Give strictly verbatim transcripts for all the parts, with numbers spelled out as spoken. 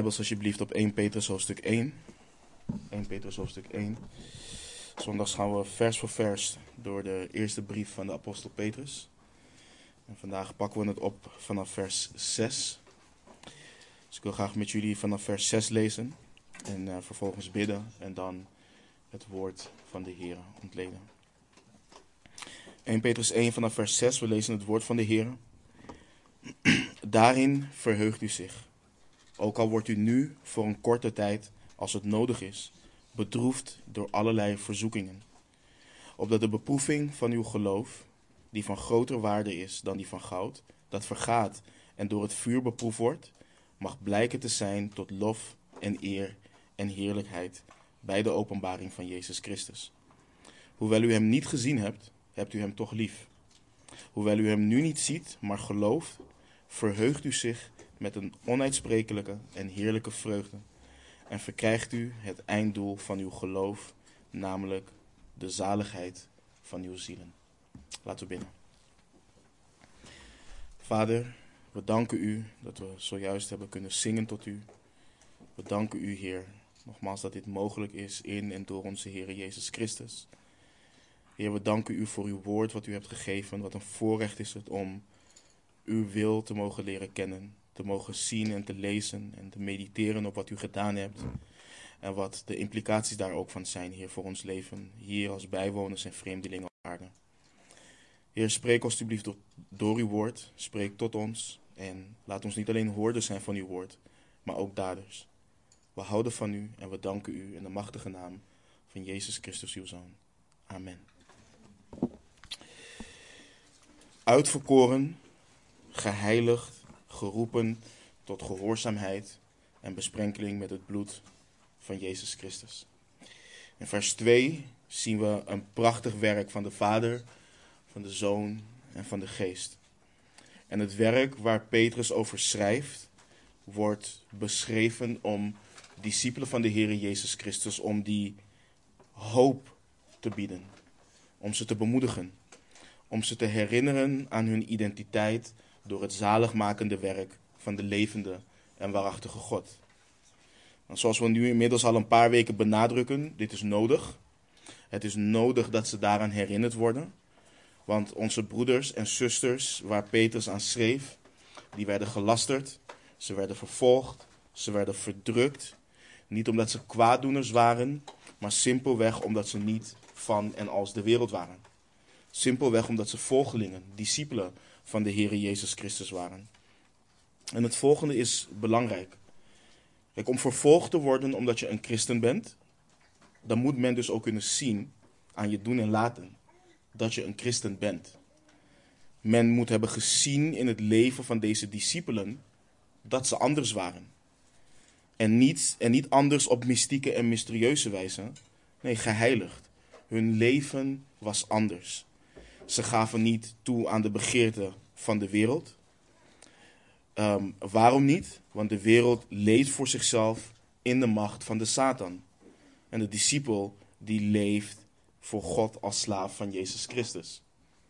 Bijbels alsjeblieft op Eerste Petrus hoofdstuk één. Eerste Petrus hoofdstuk één. Zondags gaan we vers voor vers door de eerste brief van de apostel Petrus. En vandaag pakken we het op vanaf vers zes. Dus ik wil graag met jullie vanaf vers zes lezen. En uh, vervolgens bidden en dan het woord van de Heer ontleden. Eerste Petrus één vanaf vers zes, we lezen het woord van de Heer. Daarin verheugt u zich. Ook al wordt u nu voor een korte tijd, als het nodig is, bedroefd door allerlei verzoekingen. Opdat de beproeving van uw geloof, die van groter waarde is dan die van goud, dat vergaat en door het vuur beproefd wordt, mag blijken te zijn tot lof en eer en heerlijkheid bij de openbaring van Jezus Christus. Hoewel u hem niet gezien hebt, hebt u hem toch lief. Hoewel u hem nu niet ziet, maar gelooft, verheugt u zich met een onuitsprekelijke en heerlijke vreugde en verkrijgt u het einddoel van uw geloof, namelijk de zaligheid van uw zielen. Laten we bidden. Vader, we danken u dat we zojuist hebben kunnen zingen tot u. We danken u, Heer, nogmaals dat dit mogelijk is in en door onze Heer Jezus Christus. Heer, we danken u voor uw woord wat u hebt gegeven. Wat een voorrecht is het om uw wil te mogen leren kennen, te mogen zien en te lezen en te mediteren op wat u gedaan hebt. En wat de implicaties daar ook van zijn, Heer, voor ons leven, hier als bijwoners en vreemdelingen op aarde. Heer, spreek alstublieft door, door uw woord, spreek tot ons en laat ons niet alleen hoorders zijn van uw woord, maar ook daders. We houden van u en we danken u in de machtige naam van Jezus Christus, uw Zoon. Amen. Uitverkoren, geheiligd, geroepen tot gehoorzaamheid en besprenkeling met het bloed van Jezus Christus. In vers twee zien we een prachtig werk van de Vader, van de Zoon en van de Geest. En het werk waar Petrus over schrijft, wordt beschreven om discipelen van de Heer Jezus Christus, om die hoop te bieden, om ze te bemoedigen, om ze te herinneren aan hun identiteit door het zaligmakende werk van de levende en waarachtige God. En zoals we nu inmiddels al een paar weken benadrukken, dit is nodig. Het is nodig dat ze daaraan herinnerd worden. Want onze broeders en zusters waar Petrus aan schreef, die werden gelasterd, ze werden vervolgd, ze werden verdrukt. Niet omdat ze kwaaddoeners waren, maar simpelweg omdat ze niet van en als de wereld waren. Simpelweg omdat ze volgelingen, discipelen van de Heer Jezus Christus waren. En het volgende is belangrijk. Kijk, om vervolgd te worden omdat je een christen bent, dan moet men dus ook kunnen zien aan je doen en laten dat je een christen bent. Men moet hebben gezien in het leven van deze discipelen dat ze anders waren. En niet, en niet anders op mystieke en mysterieuze wijze. Nee, geheiligd. Hun leven was anders. Ze gaven niet toe aan de begeerte van de wereld. Um, waarom niet? Want de wereld leeft voor zichzelf in de macht van de Satan. En de discipel die leeft voor God als slaaf van Jezus Christus.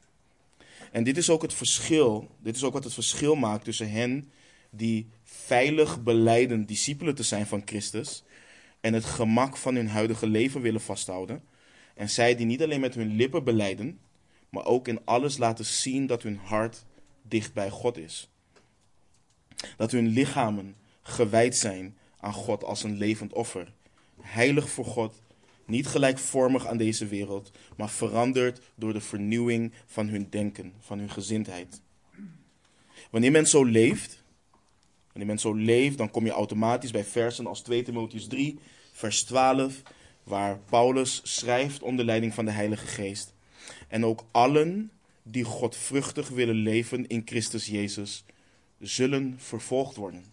En dit is ook het verschil, dit is ook wat het verschil maakt tussen hen die veilig belijden discipelen te zijn van Christus en het gemak van hun huidige leven willen vasthouden. En zij die niet alleen met hun lippen belijden, maar ook in alles laten zien dat hun hart dicht bij God is. Dat hun lichamen gewijd zijn aan God als een levend offer. Heilig voor God, niet gelijkvormig aan deze wereld, maar veranderd door de vernieuwing van hun denken, van hun gezindheid. Wanneer men zo leeft, wanneer men zo leeft, dan kom je automatisch bij versen als twee Timotheüs drie, vers twaalf, waar Paulus schrijft onder leiding van de Heilige Geest. En ook allen die godvruchtig willen leven in Christus Jezus, zullen vervolgd worden.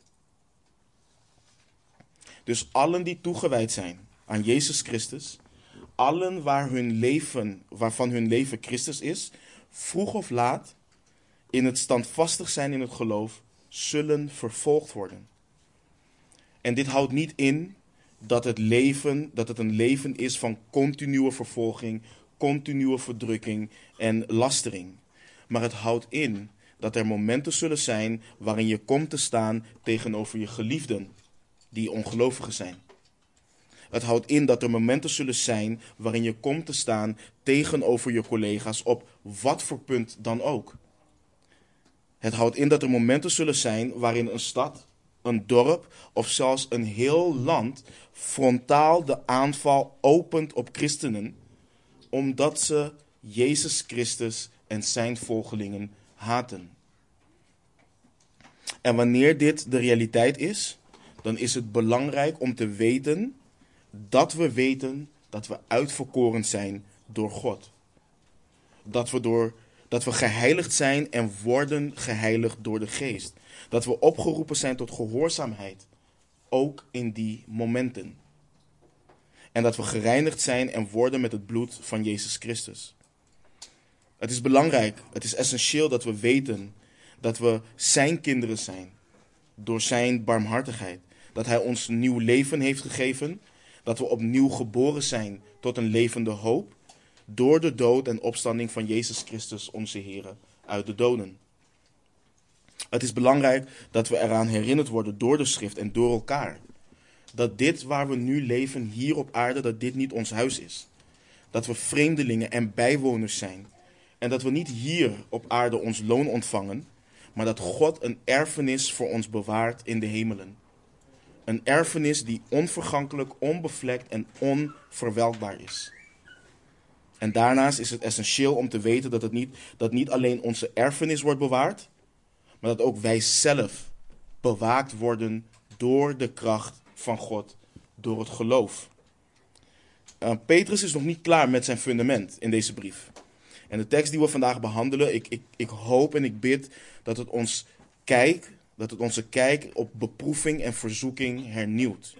Dus allen die toegewijd zijn aan Jezus Christus, allen waar hun leven, waarvan hun leven Christus is, vroeg of laat, in het standvastig zijn in het geloof, zullen vervolgd worden. En dit houdt niet in dat het leven, dat het een leven is van continue vervolging, continue verdrukking en lastering. Maar het houdt in dat er momenten zullen zijn waarin je komt te staan tegenover je geliefden. die ongelovigen zijn. Het houdt in dat er momenten zullen zijn waarin je komt te staan tegenover je collega's op wat voor punt dan ook. Het houdt in dat er momenten zullen zijn waarin een stad, een dorp of zelfs een heel land frontaal de aanval opent op christenen, omdat ze Jezus Christus en zijn volgelingen haten. En wanneer dit de realiteit is, dan is het belangrijk om te weten dat we weten dat we uitverkoren zijn door God. Dat we, door, dat we geheiligd zijn en worden geheiligd door de Geest. Dat we opgeroepen zijn tot gehoorzaamheid, ook in die momenten. En dat we gereinigd zijn en worden met het bloed van Jezus Christus. Het is belangrijk, het is essentieel dat we weten dat we zijn kinderen zijn door zijn barmhartigheid. Dat hij ons een nieuw leven heeft gegeven. Dat we opnieuw geboren zijn tot een levende hoop door de dood en opstanding van Jezus Christus, onze Heer, uit de doden. Het is belangrijk dat we eraan herinnerd worden door de schrift en door elkaar. Dat dit waar we nu leven hier op aarde, dat dit niet ons huis is. Dat we vreemdelingen en bijwoners zijn. En dat we niet hier op aarde ons loon ontvangen, maar dat God een erfenis voor ons bewaart in de hemelen. Een erfenis die onvergankelijk, onbevlekt en onverwelkbaar is. En daarnaast is het essentieel om te weten dat, het niet, dat niet alleen onze erfenis wordt bewaard, maar dat ook wij zelf bewaakt worden door de kracht van God, door het geloof. Uh, Petrus is nog niet klaar met zijn fundament in deze brief. En de tekst die we vandaag behandelen, ik, ik, ik hoop en ik bid dat het ons kijk, dat het onze kijk op beproeving en verzoeking hernieuwt.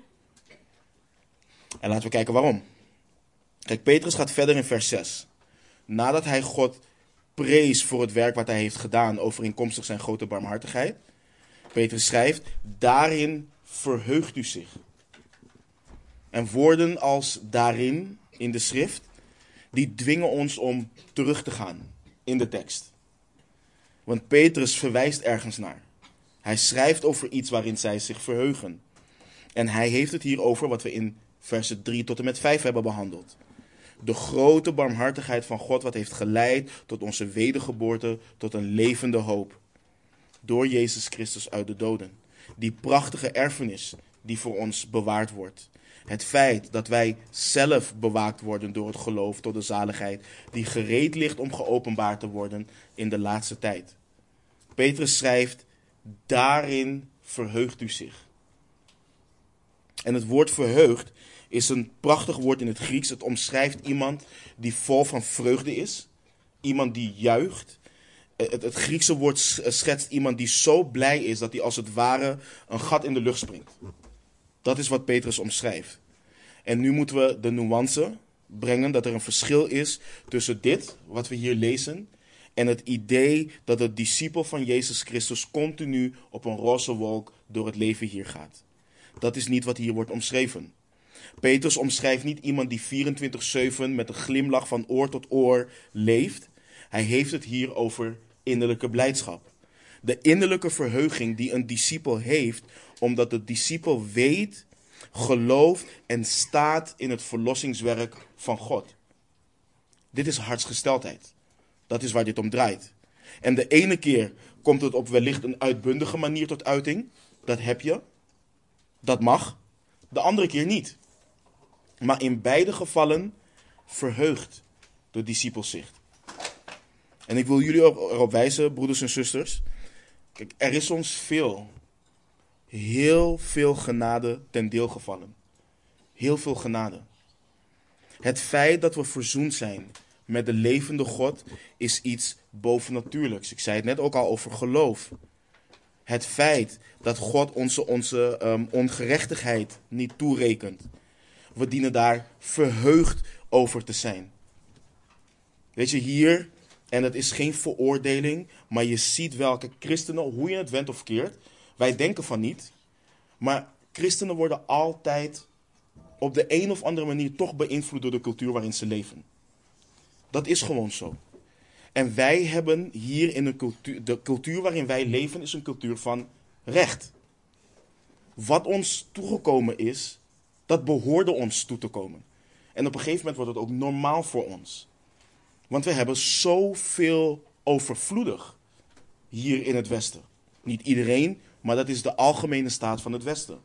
En laten we kijken waarom. Kijk, Petrus gaat verder in vers zes. Nadat hij God prees voor het werk wat hij heeft gedaan overeenkomstig zijn grote barmhartigheid. Petrus schrijft, daarin verheugt u zich. En woorden als daarin in de schrift, die dwingen ons om terug te gaan in de tekst. Want Petrus verwijst ergens naar. Hij schrijft over iets waarin zij zich verheugen. En hij heeft het hier over wat we in versen drie tot en met vijf hebben behandeld. De grote barmhartigheid van God wat heeft geleid tot onze wedergeboorte, tot een levende hoop. Door Jezus Christus uit de doden. Die prachtige erfenis die voor ons bewaard wordt. Het feit dat wij zelf bewaakt worden door het geloof tot de zaligheid die gereed ligt om geopenbaard te worden in de laatste tijd. Petrus schrijft, daarin verheugt u zich. En het woord verheugd is een prachtig woord in het Grieks. Het omschrijft iemand die vol van vreugde is. Iemand die juicht. Het, het Griekse woord schetst iemand die zo blij is dat hij als het ware een gat in de lucht springt. Dat is wat Petrus omschrijft. En nu moeten we de nuance brengen dat er een verschil is tussen dit, wat we hier lezen, en het idee dat de discipel van Jezus Christus continu op een roze wolk door het leven hier gaat. Dat is niet wat hier wordt omschreven. Petrus omschrijft niet iemand die vierentwintig zeven met een glimlach van oor tot oor leeft. Hij heeft het hier over innerlijke blijdschap. De innerlijke verheuging die een discipel heeft, omdat de discipel weet, gelooft en staat in het verlossingswerk van God. Dit is hartsgesteldheid. Dat is waar dit om draait. En de ene keer komt het op wellicht een uitbundige manier tot uiting. Dat heb je. Dat mag. De andere keer niet. Maar in beide gevallen verheugt de discipel zich. En ik wil jullie erop wijzen, broeders en zusters. Kijk, er is ons veel, heel veel genade ten deel gevallen. Heel veel genade. Het feit dat we verzoend zijn met de levende God is iets bovennatuurlijks. Ik zei het net ook al over geloof. Het feit dat God onze, onze um, ongerechtigheid niet toerekent. We dienen daar verheugd over te zijn. Weet je, hier, en het is geen veroordeling, maar je ziet welke christenen, hoe je het went of keert, wij denken van niet, maar christenen worden altijd op de een of andere manier toch beïnvloed door de cultuur waarin ze leven. Dat is gewoon zo. En wij hebben hier in een cultuur, de cultuur waarin wij leven is een cultuur van recht. wat ons toegekomen is, dat behoorde ons toe te komen. En op een gegeven moment wordt het ook normaal voor ons. Want we hebben zoveel overvloedig hier in het Westen. Niet iedereen, maar dat is de algemene staat van het Westen.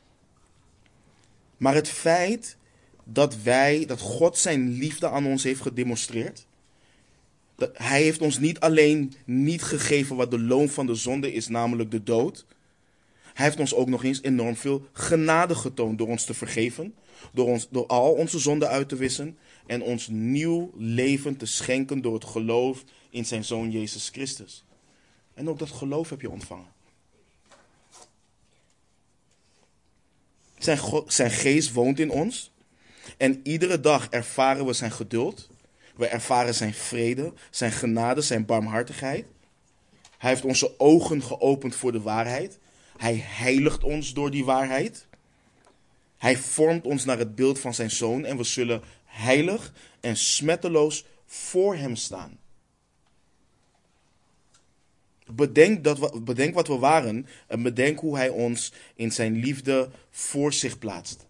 Maar het feit dat wij, dat God zijn liefde aan ons heeft gedemonstreerd. Dat hij heeft ons niet alleen niet gegeven wat de loon van de zonde is, namelijk de dood. Hij heeft ons ook nog eens enorm veel genade getoond door ons te vergeven. Door, ons, door al onze zonden uit te wissen. En ons nieuw leven te schenken door het geloof in zijn Zoon Jezus Christus. En ook dat geloof heb je ontvangen. Zijn, go- zijn geest woont in ons. En iedere dag ervaren we zijn geduld. We ervaren zijn vrede, zijn genade, zijn barmhartigheid. Hij heeft onze ogen geopend voor de waarheid. Hij heiligt ons door die waarheid. Hij vormt ons naar het beeld van zijn Zoon. En we zullen heilig en smetteloos voor hem staan. Bedenk, dat we, bedenk wat we waren en bedenk hoe hij ons in zijn liefde voor zich plaatst.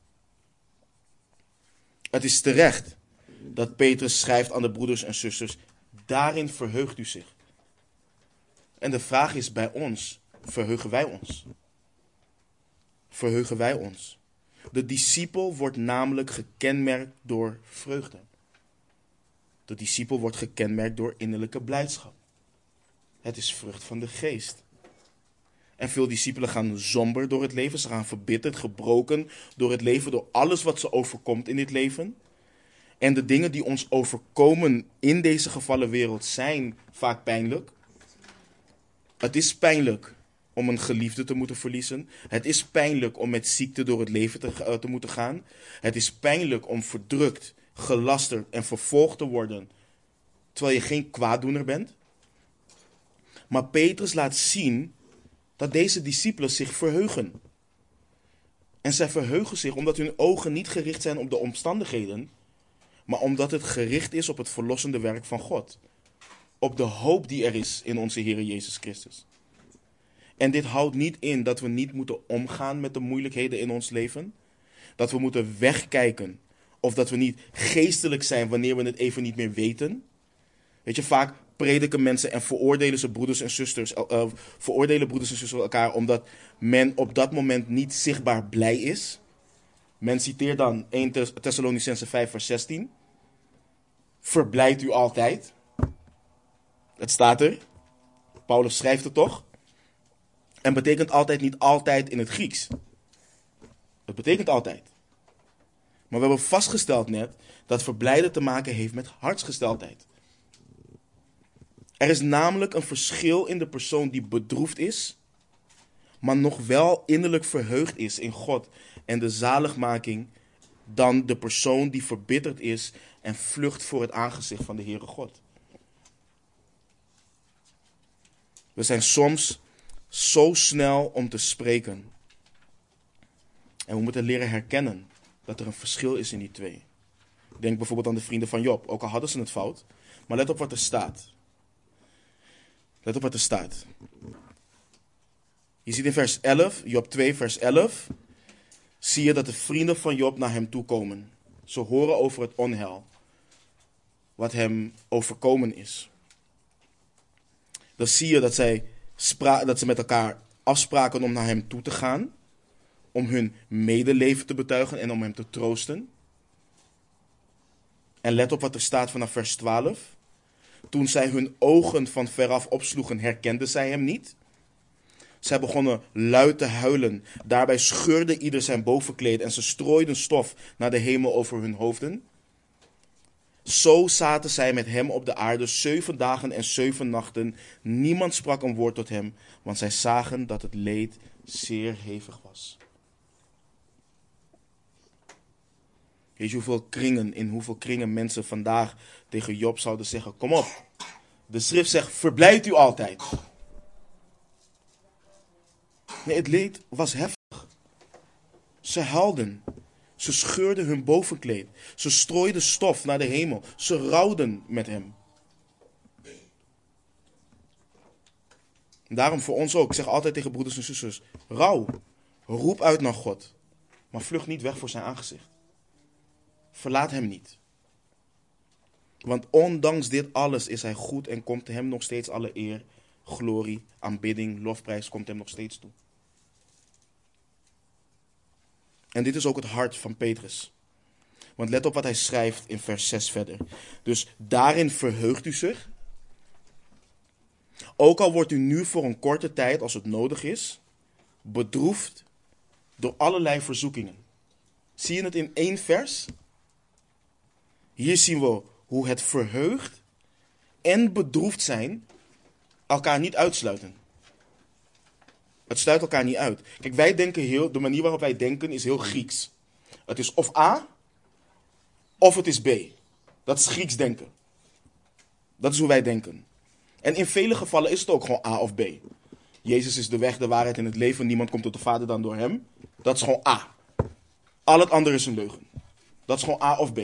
Het is terecht dat Petrus schrijft aan de broeders en zusters, daarin verheugt u zich. En de vraag is bij ons, verheugen wij ons? Verheugen wij ons? De discipel wordt namelijk gekenmerkt door vreugde. De discipel wordt gekenmerkt door innerlijke blijdschap. Het is vrucht van de geest. En veel discipelen gaan somber door het leven. Ze gaan verbitterd, gebroken door het leven, door alles wat ze overkomt in dit leven. En de dingen die ons overkomen in deze gevallen wereld zijn vaak pijnlijk. Het is pijnlijk om een geliefde te moeten verliezen. Het is pijnlijk om met ziekte door het leven te, uh, te moeten gaan. Het is pijnlijk om verdrukt, gelasterd en vervolgd te worden, terwijl je geen kwaaddoener bent. Maar Petrus laat zien dat deze discipelen zich verheugen. En zij verheugen zich omdat hun ogen niet gericht zijn op de omstandigheden, maar omdat het gericht is op het verlossende werk van God. Op de hoop die er is in onze Heer Jezus Christus. En dit houdt niet in dat we niet moeten omgaan met de moeilijkheden in ons leven. Dat we moeten wegkijken. Of dat we niet geestelijk zijn wanneer we het even niet meer weten. Weet je, vaak prediken mensen en veroordelen ze broeders en zusters, uh, veroordelen broeders en zusters elkaar omdat men op dat moment niet zichtbaar blij is. Men citeert dan eerste Thessalonicenzen vijf vers zestien. Verblijdt u altijd. Het staat er. Paulus schrijft het toch. En betekent altijd niet altijd in het Grieks. Het betekent altijd. Maar we hebben vastgesteld net dat verblijden te maken heeft met hartsgesteldheid. Er is namelijk een verschil in de persoon die bedroefd is, maar nog wel innerlijk verheugd is in God en de zaligmaking, dan de persoon die verbitterd is en vlucht voor het aangezicht van de Heere God. We zijn soms zo snel om te spreken. En we moeten leren herkennen dat er een verschil is in die twee. Denk bijvoorbeeld aan de vrienden van Job, ook al hadden ze het fout. Maar let op wat er staat. Let op wat er staat. Je ziet in vers elf, Job twee vers elf, zie je dat de vrienden van Job naar hem toe komen. Ze horen over het onheil wat hem overkomen is. Dan zie je dat, zij spra- dat ze met elkaar afspraken om naar hem toe te gaan, om hun medeleven te betuigen en om hem te troosten. En let op wat er staat vanaf vers twaalf. Toen zij hun ogen van veraf opsloegen, herkenden zij hem niet. Zij begonnen luid te huilen. Daarbij scheurde ieder zijn bovenkleed en ze strooiden stof naar de hemel over hun hoofden. Zo zaten zij met hem op de aarde zeven dagen en zeven nachten. Niemand sprak een woord tot hem, want zij zagen dat het leed zeer hevig was. Weet je hoeveel kringen, in hoeveel kringen mensen vandaag tegen Job zouden zeggen, kom op. De schrift zegt, verblijdt u altijd. Nee, het leed was heftig. Ze huilden. Ze scheurden hun bovenkleed. Ze strooiden stof naar de hemel. Ze rouwden met hem. Daarom voor ons ook. Ik zeg altijd tegen broeders en zusters, rouw. Roep uit naar God, maar vlucht niet weg voor zijn aangezicht. Verlaat hem niet. Want ondanks dit alles is hij goed en komt hem nog steeds alle eer, glorie, aanbidding, lofprijs komt hem nog steeds toe. En dit is ook het hart van Petrus. Want let op wat hij schrijft in vers zes verder. Dus daarin verheugt u zich. Ook al wordt u nu voor een korte tijd, als het nodig is, bedroefd door allerlei verzoekingen. Zie je het in één vers? Hier zien we hoe het verheugd en bedroefd zijn elkaar niet uitsluiten. Het sluit elkaar niet uit. Kijk, wij denken heel, de manier waarop wij denken is heel Grieks. Het is of A, of het is B. Dat is Grieks denken. Dat is hoe wij denken. En in vele gevallen is het ook gewoon A of B. Jezus is de weg, de waarheid en het leven. Niemand komt tot de Vader dan door hem. Dat is gewoon A. Al het andere is een leugen. Dat is gewoon A of B.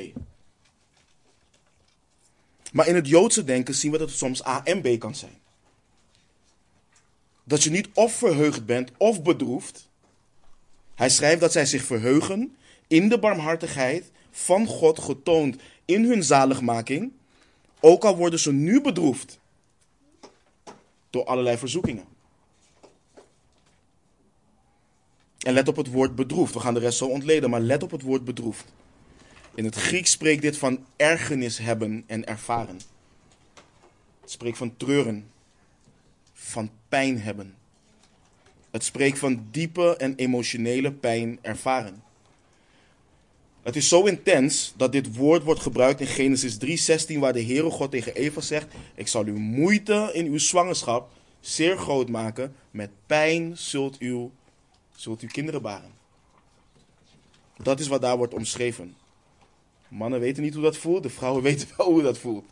Maar in het Joodse denken zien we dat het soms A en B kan zijn. Dat je niet of verheugd bent of bedroefd. Hij schrijft dat zij zich verheugen in de barmhartigheid van God getoond in hun zaligmaking. Ook al worden ze nu bedroefd door allerlei verzoekingen. En let op het woord bedroefd. We gaan de rest zo ontleden, maar let op het woord bedroefd. In het Grieks spreekt dit van ergernis hebben en ervaren. Het spreekt van treuren, van pijn hebben. Het spreekt van diepe en emotionele pijn ervaren. Het is zo intens dat dit woord wordt gebruikt in Genesis drie zestien, waar de Heere God tegen Eva zegt: ik zal uw moeite in uw zwangerschap zeer groot maken. Met pijn zult u, zult u kinderen baren. Dat is wat daar wordt omschreven. Mannen weten niet hoe dat voelt, de vrouwen weten wel hoe dat voelt.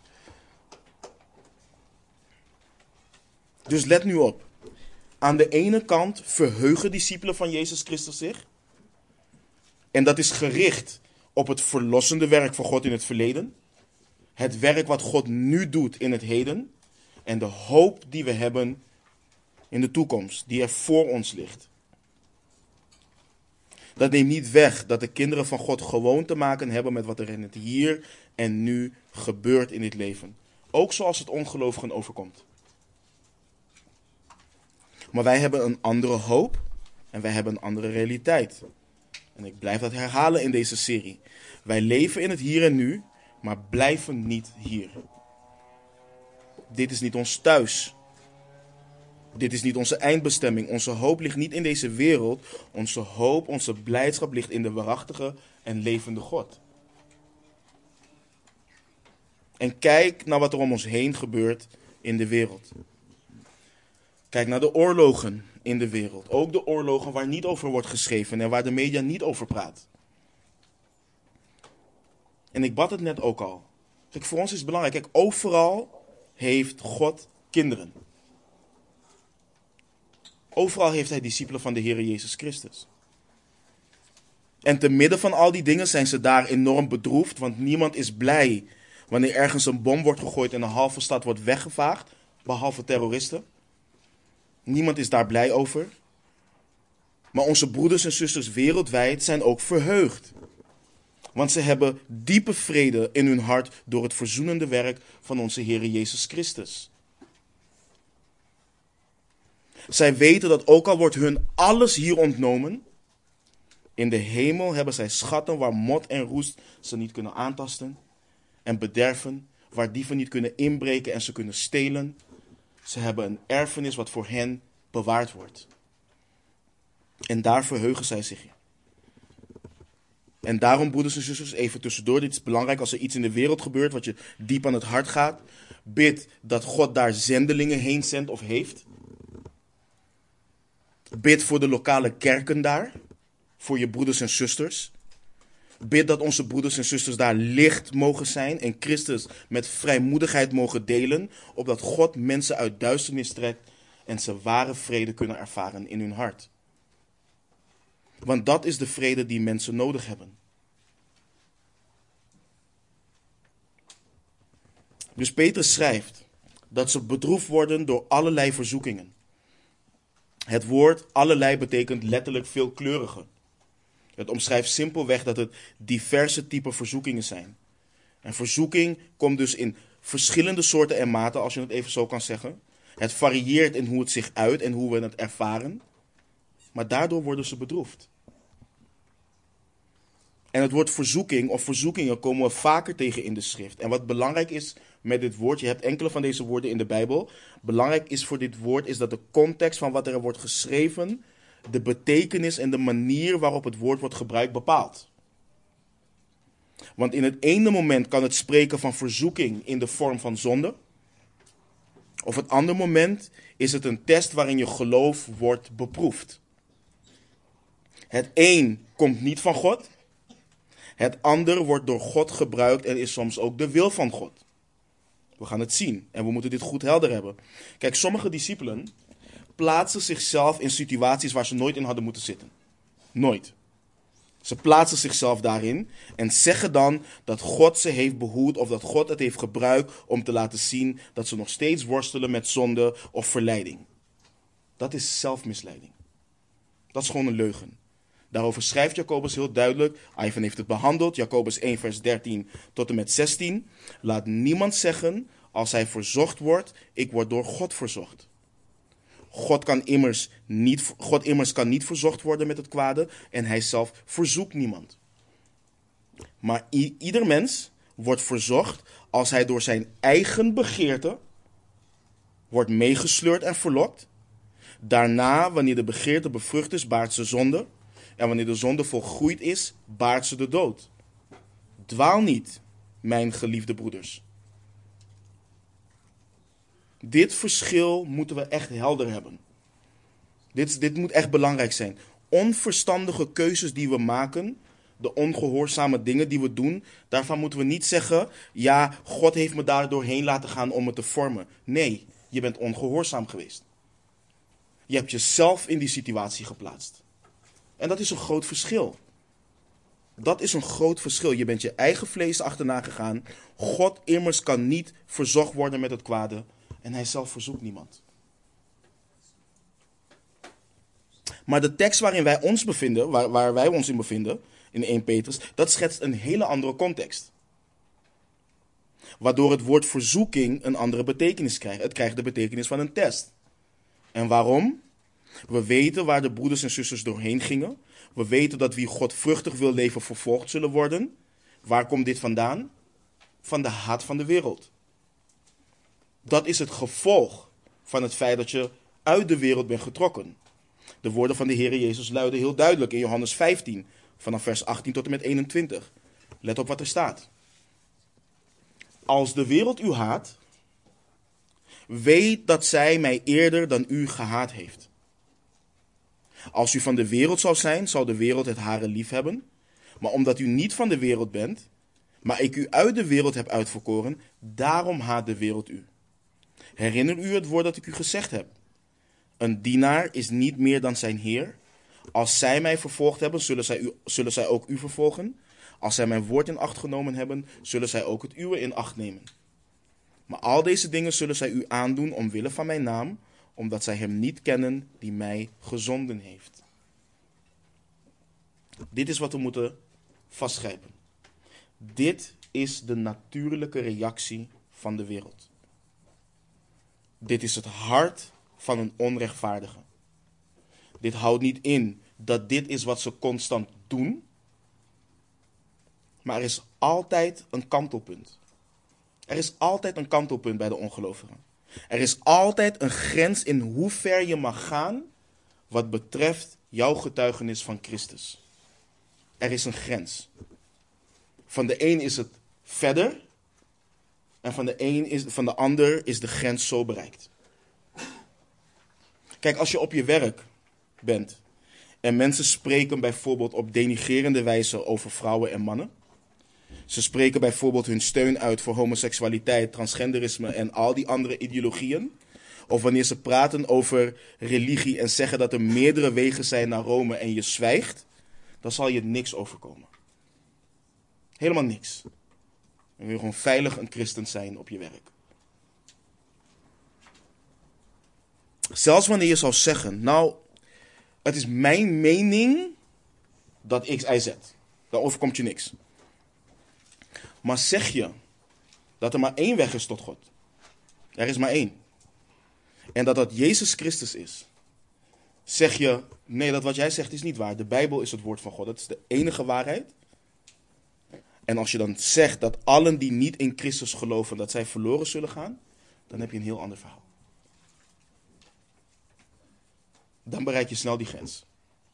Dus let nu op. Aan de ene kant verheugen discipelen van Jezus Christus zich. En dat is gericht op het verlossende werk van God in het verleden. Het werk wat God nu doet in het heden. En de hoop die we hebben in de toekomst, die er voor ons ligt. Dat neemt niet weg dat de kinderen van God gewoon te maken hebben met wat er in het hier en nu gebeurt in dit leven. Ook zoals het ongelovigen overkomt. Maar wij hebben een andere hoop en wij hebben een andere realiteit. En ik blijf dat herhalen in deze serie. Wij leven in het hier en nu, maar blijven niet hier. Dit is niet ons thuis. Dit is niet onze eindbestemming. Onze hoop ligt niet in deze wereld. Onze hoop, onze blijdschap ligt in de waarachtige en levende God. En kijk naar wat er om ons heen gebeurt in de wereld. Kijk naar de oorlogen in de wereld. Ook de oorlogen waar niet over wordt geschreven en waar de media niet over praat. En ik bad het net ook al. Kijk, voor ons is het belangrijk. Kijk, overal heeft God kinderen. Overal heeft hij discipelen van de Heer Jezus Christus. En te midden van al die dingen zijn ze daar enorm bedroefd, want niemand is blij wanneer ergens een bom wordt gegooid en een halve stad wordt weggevaagd, behalve terroristen. Niemand is daar blij over. Maar onze broeders en zusters wereldwijd zijn ook verheugd. Want ze hebben diepe vrede in hun hart door het verzoenende werk van onze Heer Jezus Christus. Zij weten dat ook al wordt hun alles hier ontnomen, in de hemel hebben zij schatten waar mot en roest ze niet kunnen aantasten en bederven, waar dieven niet kunnen inbreken en ze kunnen stelen. Ze hebben een erfenis wat voor hen bewaard wordt. En daar verheugen zij zich in. En daarom, broeders en zusters, even tussendoor, dit is belangrijk als er iets in de wereld gebeurt wat je diep aan het hart gaat. Bid dat God daar zendelingen heen zendt of heeft. Bid voor de lokale kerken daar, voor je broeders en zusters. Bid dat onze broeders en zusters daar licht mogen zijn en Christus met vrijmoedigheid mogen delen, opdat God mensen uit duisternis trekt en ze ware vrede kunnen ervaren in hun hart. Want dat is de vrede die mensen nodig hebben. Dus Petrus schrijft dat ze bedroefd worden door allerlei verzoekingen. Het woord allerlei betekent letterlijk veelkleurige. Het omschrijft simpelweg dat het diverse typen verzoekingen zijn. En verzoeking komt dus in verschillende soorten en maten, als je het even zo kan zeggen. Het varieert in hoe het zich uit en hoe we het ervaren. Maar daardoor worden ze bedroefd. En het woord verzoeking of verzoekingen komen we vaker tegen in de schrift. En wat belangrijk is met dit woord, je hebt enkele van deze woorden in de Bijbel. Belangrijk is voor dit woord is dat de context van wat er wordt geschreven, de betekenis en de manier waarop het woord wordt gebruikt bepaalt. Want in het ene moment kan het spreken van verzoeking in de vorm van zonde. Of het andere moment is het een test waarin je geloof wordt beproefd. Het een komt niet van God. Het ander wordt door God gebruikt en is soms ook de wil van God. We gaan het zien en we moeten dit goed helder hebben. Kijk, sommige discipelen plaatsen zichzelf in situaties waar ze nooit in hadden moeten zitten. Nooit. Ze plaatsen zichzelf daarin en zeggen dan dat God ze heeft behoed of dat God het heeft gebruikt om te laten zien dat ze nog steeds worstelen met zonde of verleiding. Dat is zelfmisleiding. Dat is gewoon een leugen. Daarover schrijft Jacobus heel duidelijk. Ivan heeft het behandeld. Jacobus één vers dertien tot en met zestien. Laat niemand zeggen als hij verzocht wordt, ik word door God verzocht. God, kan immers niet, God immers kan niet verzocht worden met het kwade en hij zelf verzoekt niemand. Maar i- ieder mens wordt verzocht als hij door zijn eigen begeerte wordt meegesleurd en verlokt. Daarna, wanneer de begeerte bevrucht is, baart ze zonde. En wanneer de zonde volgroeid is, baart ze de dood. Dwaal niet, mijn geliefde broeders. Dit verschil moeten we echt helder hebben. Dit, dit moet echt belangrijk zijn. Onverstandige keuzes die we maken, de ongehoorzame dingen die we doen, daarvan moeten we niet zeggen, ja, God heeft me daar doorheen laten gaan om me te vormen. Nee, je bent ongehoorzaam geweest. Je hebt jezelf in die situatie geplaatst. En dat is een groot verschil. Dat is een groot verschil. Je bent je eigen vlees achterna gegaan. God immers kan niet verzocht worden met het kwade. En hij zelf verzoekt niemand. Maar de tekst waarin wij ons bevinden, waar, waar wij ons in bevinden, in eerste Petrus, dat schetst een hele andere context. Waardoor het woord verzoeking een andere betekenis krijgt. Het krijgt de betekenis van een test. En waarom? We weten waar de broeders en zusters doorheen gingen. We weten dat wie God vruchtig wil leven vervolgd zullen worden. Waar komt dit vandaan? Van de haat van de wereld. Dat is het gevolg van het feit dat je uit de wereld bent getrokken. De woorden van de Heer Jezus luiden heel duidelijk in Johannes vijftien, vanaf vers achttien tot en met eenentwintig. Let op wat er staat. Als de wereld u haat, weet dat zij mij eerder dan u gehaat heeft. Als u van de wereld zou zijn, zal de wereld het hare lief hebben. Maar omdat u niet van de wereld bent, maar ik u uit de wereld heb uitverkoren, daarom haat de wereld u. Herinner u het woord dat ik u gezegd heb. Een dienaar is niet meer dan zijn heer. Als zij mij vervolgd hebben, zullen zij, u, zullen zij ook u vervolgen. Als zij mijn woord in acht genomen hebben, zullen zij ook het uwe in acht nemen. Maar al deze dingen zullen zij u aandoen omwille van mijn naam, omdat zij hem niet kennen die mij gezonden heeft. Dit is wat we moeten vastgrijpen. Dit is de natuurlijke reactie van de wereld. Dit is het hart van een onrechtvaardige. Dit houdt niet in dat dit is wat ze constant doen. Maar er is altijd een kantelpunt. Er is altijd een kantelpunt bij de ongelovigen. Er is altijd een grens in hoe ver je mag gaan wat betreft jouw getuigenis van Christus. Er is een grens. Van de een is het verder en van de, een is, van de ander is de grens zo bereikt. Kijk, als je op je werk bent en mensen spreken bijvoorbeeld op denigrerende wijze over vrouwen en mannen. Ze spreken bijvoorbeeld hun steun uit voor homoseksualiteit, transgenderisme en al die andere ideologieën. Of wanneer ze praten over religie en zeggen dat er meerdere wegen zijn naar Rome en je zwijgt, dan zal je niks overkomen. Helemaal niks. Dan wil je gewoon veilig een christen zijn op je werk. Zelfs wanneer je zou zeggen, nou, het is mijn mening dat X, Y, Z. Dan overkomt je niks. Maar zeg je dat er maar één weg is tot God. Er is maar één. En dat dat Jezus Christus is. Zeg je, nee, dat wat jij zegt is niet waar. De Bijbel is het woord van God. Dat is de enige waarheid. En als je dan zegt dat allen die niet in Christus geloven, dat zij verloren zullen gaan, dan heb je een heel ander verhaal. Dan bereik je snel die grens.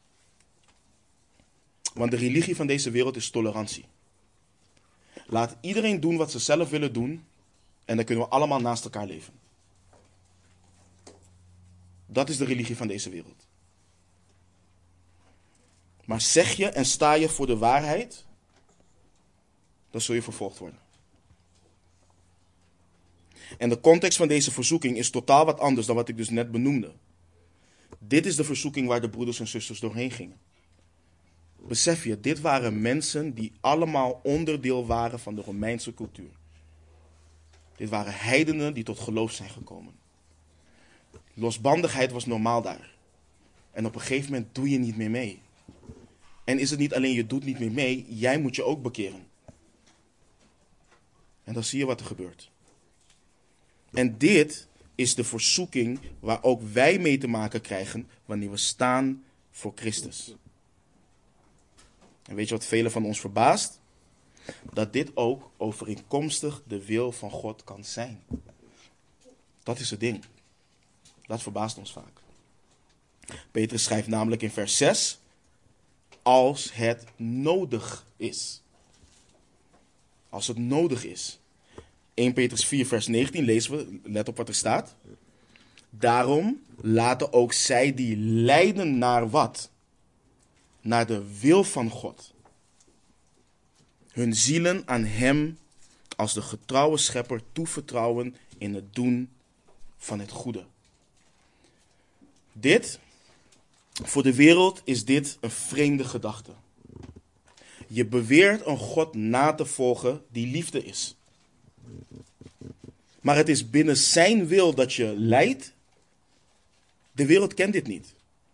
Want de religie van deze wereld is tolerantie. Laat iedereen doen wat ze zelf willen doen en dan kunnen we allemaal naast elkaar leven. Dat is de religie van deze wereld. Maar zeg je en sta je voor de waarheid, dan zul je vervolgd worden. En de context van deze verzoeking is totaal wat anders dan wat ik dus net benoemde. Dit is de verzoeking waar de broeders en zusters doorheen gingen. Besef je, dit waren mensen die allemaal onderdeel waren van de Romeinse cultuur. Dit waren heidenen die tot geloof zijn gekomen. Losbandigheid was normaal daar. En op een gegeven moment doe je niet meer mee. En is het niet alleen je doet niet meer mee, jij moet je ook bekeren. En dan zie je wat er gebeurt. En dit is de verzoeking waar ook wij mee te maken krijgen wanneer we staan voor Christus. En weet je wat velen van ons verbaast? Dat dit ook overeenkomstig de wil van God kan zijn. Dat is het ding. Dat verbaast ons vaak. Petrus schrijft namelijk in vers zes, als het nodig is. Als het nodig is. eerste Petrus vier vers negentien lezen we, let op wat er staat. Daarom laten ook zij die lijden naar wat? Naar de wil van God. Hun zielen aan hem als de getrouwe schepper toevertrouwen in het doen van het goede. Dit, voor de wereld is dit een vreemde gedachte. Je beweert een God na te volgen die liefde is. Maar het is binnen zijn wil dat je lijdt. De wereld kent dit niet.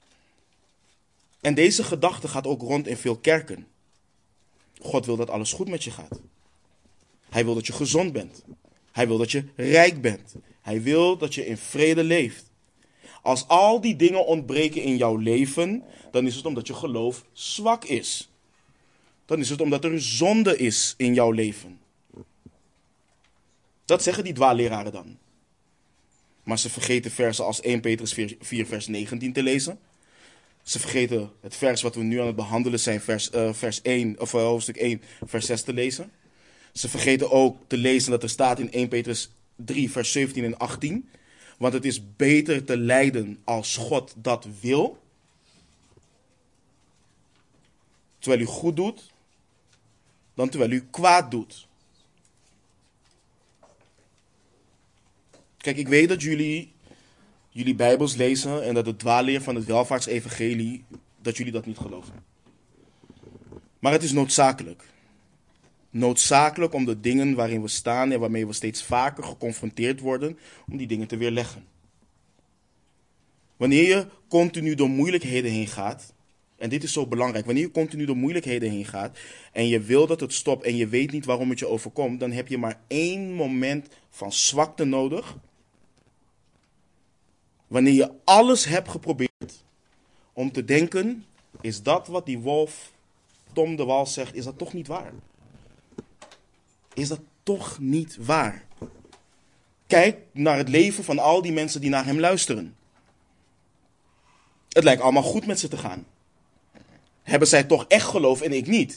En deze gedachte gaat ook rond in veel kerken. God wil dat alles goed met je gaat. Hij wil dat je gezond bent. Hij wil dat je rijk bent. Hij wil dat je in vrede leeft. Als al die dingen ontbreken in jouw leven, dan is het omdat je geloof zwak is. Dan is het omdat er zonde is in jouw leven. Dat zeggen die dwaalleraren dan. Maar ze vergeten versen als eerste Petrus vier vers negentien te lezen. Ze vergeten het vers wat we nu aan het behandelen zijn, vers, uh, vers één, of uh, hoofdstuk één, vers zes te lezen. Ze vergeten ook te lezen dat er staat in eerste Petrus drie, vers zeventien en achttien. Want het is beter te lijden als God dat wil. Terwijl u goed doet, dan terwijl u kwaad doet. Kijk, ik weet dat jullie jullie Bijbels lezen en dat de dwaalleer van het welvaartsevangelie, dat jullie dat niet geloven. Maar het is noodzakelijk. Noodzakelijk om de dingen waarin we staan en waarmee we steeds vaker geconfronteerd worden, om die dingen te weerleggen. Wanneer je continu door moeilijkheden heen gaat, en dit is zo belangrijk, wanneer je continu door moeilijkheden heen gaat en je wil dat het stopt en je weet niet waarom het je overkomt, dan heb je maar één moment van zwakte nodig. Wanneer je alles hebt geprobeerd om te denken, is dat wat die wolf Tom de Wal zegt, is dat toch niet waar? Is dat toch niet waar? Kijk naar het leven van al die mensen die naar hem luisteren. Het lijkt allemaal goed met ze te gaan. Hebben zij toch echt geloof en ik niet?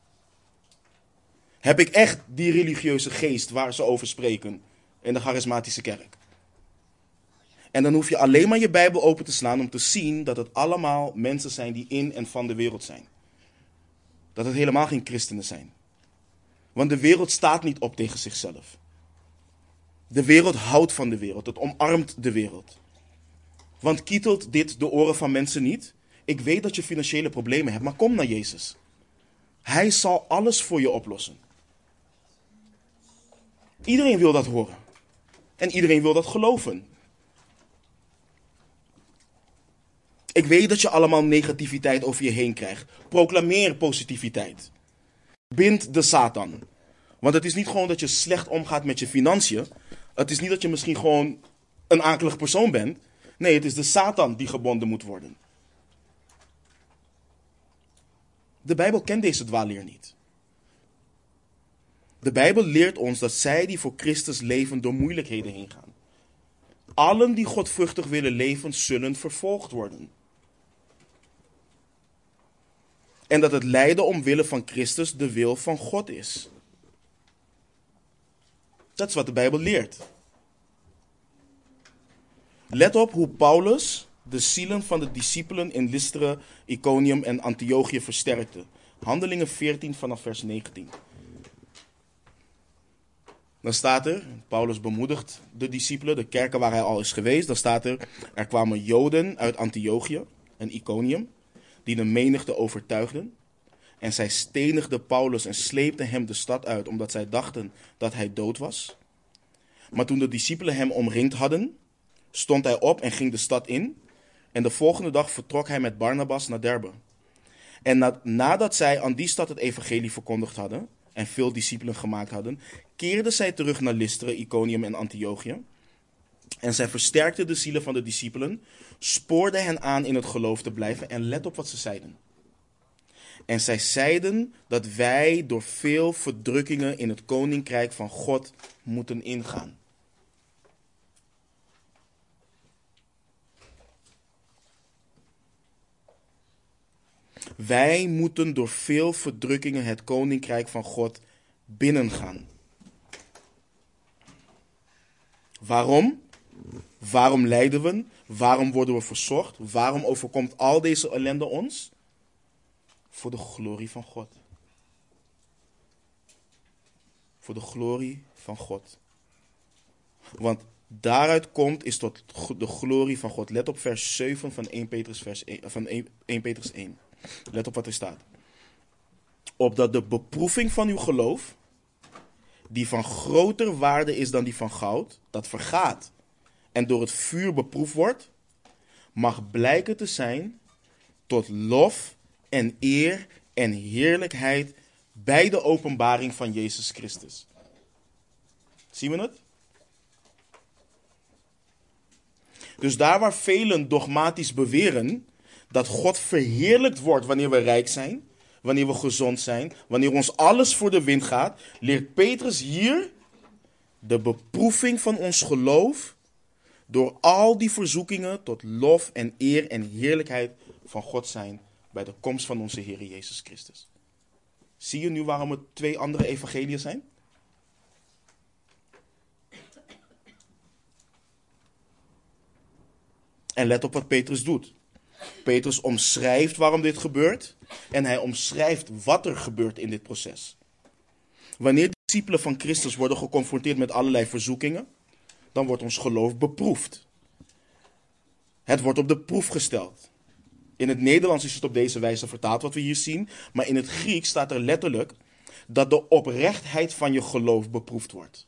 Heb ik echt die religieuze geest waar ze over spreken in de charismatische kerk? En dan hoef je alleen maar je Bijbel open te slaan om te zien dat het allemaal mensen zijn die in en van de wereld zijn. Dat het helemaal geen christenen zijn. Want de wereld staat niet op tegen zichzelf. De wereld houdt van de wereld. Het omarmt de wereld. Want kietelt dit de oren van mensen niet? Ik weet dat je financiële problemen hebt, maar kom naar Jezus. Hij zal alles voor je oplossen. Iedereen wil dat horen. En iedereen wil dat geloven. Ik weet dat je allemaal negativiteit over je heen krijgt. Proclameer positiviteit. Bind de Satan. Want het is niet gewoon dat je slecht omgaat met je financiën. Het is niet dat je misschien gewoon een akelig persoon bent. Nee, het is de Satan die gebonden moet worden. De Bijbel kent deze dwaalleer niet. De Bijbel leert ons dat zij die voor Christus leven door moeilijkheden heen gaan. Allen die godvruchtig willen leven, zullen vervolgd worden. En dat het lijden omwille van Christus de wil van God is. Dat is wat de Bijbel leert. Let op hoe Paulus de zielen van de discipelen in Lystra, Iconium en Antiochië versterkte. Handelingen veertien vanaf vers negentien. Dan staat er, Paulus bemoedigt de discipelen, de kerken waar hij al is geweest. Dan staat er, er kwamen Joden uit Antiochië en Iconium, die de menigte overtuigden. En zij stenigden Paulus en sleepten hem de stad uit, omdat zij dachten dat hij dood was. Maar toen de discipelen hem omringd hadden, stond hij op en ging de stad in. En de volgende dag vertrok hij met Barnabas naar Derbe. En na, nadat zij aan die stad het evangelie verkondigd hadden en veel discipelen gemaakt hadden, keerden zij terug naar Lystra, Iconium en Antiochië. En zij versterkten de zielen van de discipelen, spoorden hen aan in het geloof te blijven en let op wat ze zeiden. En zij zeiden dat wij door veel verdrukkingen in het koninkrijk van God moeten ingaan. Wij moeten door veel verdrukkingen het koninkrijk van God binnengaan. Waarom? Waarom lijden we? Waarom worden we verzocht? Waarom overkomt al deze ellende ons? Voor de glorie van God. Voor de glorie van God. Want daaruit komt is tot de glorie van God. Let op vers zeven van eerste Petrus, vers één, van eerste Petrus één. Let op wat er staat. Opdat de beproeving van uw geloof, die van groter waarde is dan die van goud, dat vergaat en door het vuur beproefd wordt, mag blijken te zijn tot lof en eer en heerlijkheid bij de openbaring van Jezus Christus. Zien we het? Dus daar waar velen dogmatisch beweren dat God verheerlijkt wordt wanneer we rijk zijn, wanneer we gezond zijn, wanneer ons alles voor de wind gaat, leert Petrus hier de beproeving van ons geloof door al die verzoekingen tot lof en eer en heerlijkheid van God zijn bij de komst van onze Heer Jezus Christus. Zie je nu waarom het twee andere evangeliën zijn? En let op wat Petrus doet. Petrus omschrijft waarom dit gebeurt en hij omschrijft wat er gebeurt in dit proces. Wanneer de discipelen van Christus worden geconfronteerd met allerlei verzoekingen, dan wordt ons geloof beproefd. Het wordt op de proef gesteld. In het Nederlands is het op deze wijze vertaald wat we hier zien, maar in het Grieks staat er letterlijk dat de oprechtheid van je geloof beproefd wordt.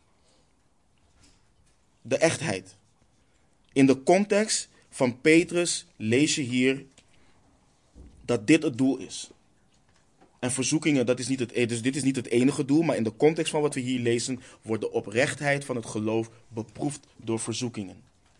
De echtheid. In de context van Petrus lees je hier dat dit het doel is. En verzoekingen, dat is niet het, dus dit is niet het enige doel, maar in de context van wat we hier lezen, wordt de oprechtheid van het geloof beproefd door verzoekingen.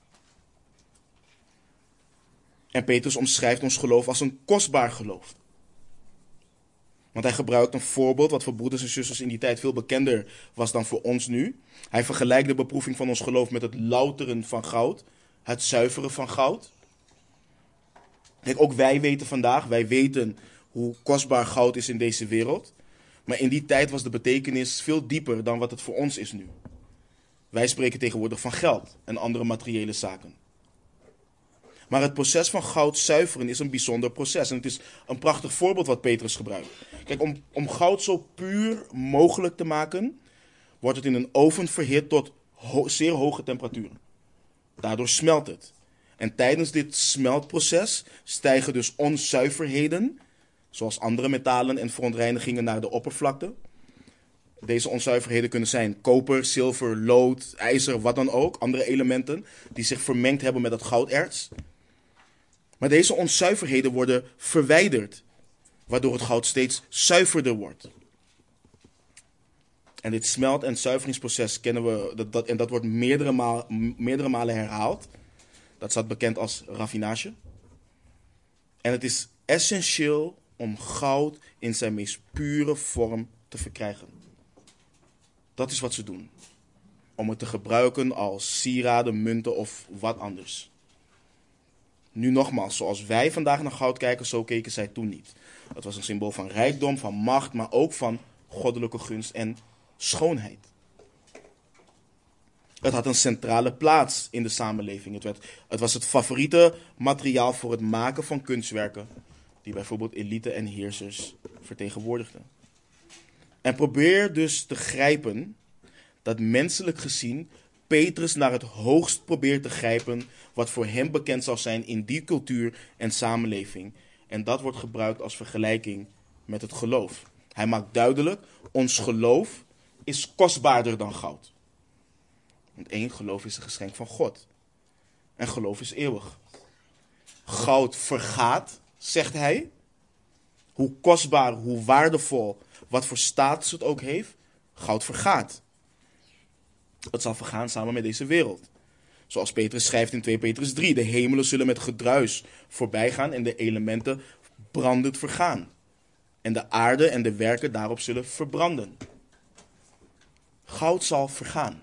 En Petrus omschrijft ons geloof als een kostbaar geloof. Want hij gebruikt een voorbeeld wat voor broeders en zusters in die tijd veel bekender was dan voor ons nu. Hij vergelijkt de beproeving van ons geloof met het louteren van goud, het zuiveren van goud. Kijk, ook wij weten vandaag, wij weten hoe kostbaar goud is in deze wereld. Maar in die tijd was de betekenis veel dieper dan wat het voor ons is nu. Wij spreken tegenwoordig van geld en andere materiële zaken. Maar het proces van goud zuiveren is een bijzonder proces. En het is een prachtig voorbeeld wat Petrus gebruikt. Kijk, om, om goud zo puur mogelijk te maken, wordt het in een oven verhit tot ho- zeer hoge temperaturen. Daardoor smelt het. En tijdens dit smeltproces stijgen dus onzuiverheden, zoals andere metalen en verontreinigingen, naar de oppervlakte. Deze onzuiverheden kunnen zijn koper, zilver, lood, ijzer, wat dan ook. Andere elementen die zich vermengd hebben met het gouderts. Maar deze onzuiverheden worden verwijderd, waardoor het goud steeds zuiverder wordt. En dit smelt- en zuiveringsproces kennen we, dat, dat, en dat wordt meerdere, maal, meerdere malen herhaald. Dat staat bekend als raffinage. En het is essentieel om goud in zijn meest pure vorm te verkrijgen. Dat is wat ze doen. Om het te gebruiken als sieraden, munten of wat anders. Nu nogmaals, zoals wij vandaag naar goud kijken, zo keken zij toen niet. Het was een symbool van rijkdom, van macht, maar ook van goddelijke gunst en schoonheid. Het had een centrale plaats in de samenleving. Het, werd, het was het favoriete materiaal voor het maken van kunstwerken, die bijvoorbeeld elite en heersers vertegenwoordigden. En probeer dus te grijpen dat menselijk gezien Petrus naar het hoogst probeert te grijpen wat voor hem bekend zou zijn in die cultuur en samenleving. En dat wordt gebruikt als vergelijking met het geloof. Hij maakt duidelijk, ons geloof is kostbaarder dan goud. Want één, geloof is een geschenk van God. En geloof is eeuwig. Goud vergaat, zegt hij. Hoe kostbaar, hoe waardevol, wat voor status het ook heeft, goud vergaat. Het zal vergaan samen met deze wereld. Zoals Petrus schrijft in twee Petrus drie. De hemelen zullen met gedruis voorbij gaan en de elementen brandend vergaan. En de aarde en de werken daarop zullen verbranden. Goud zal vergaan.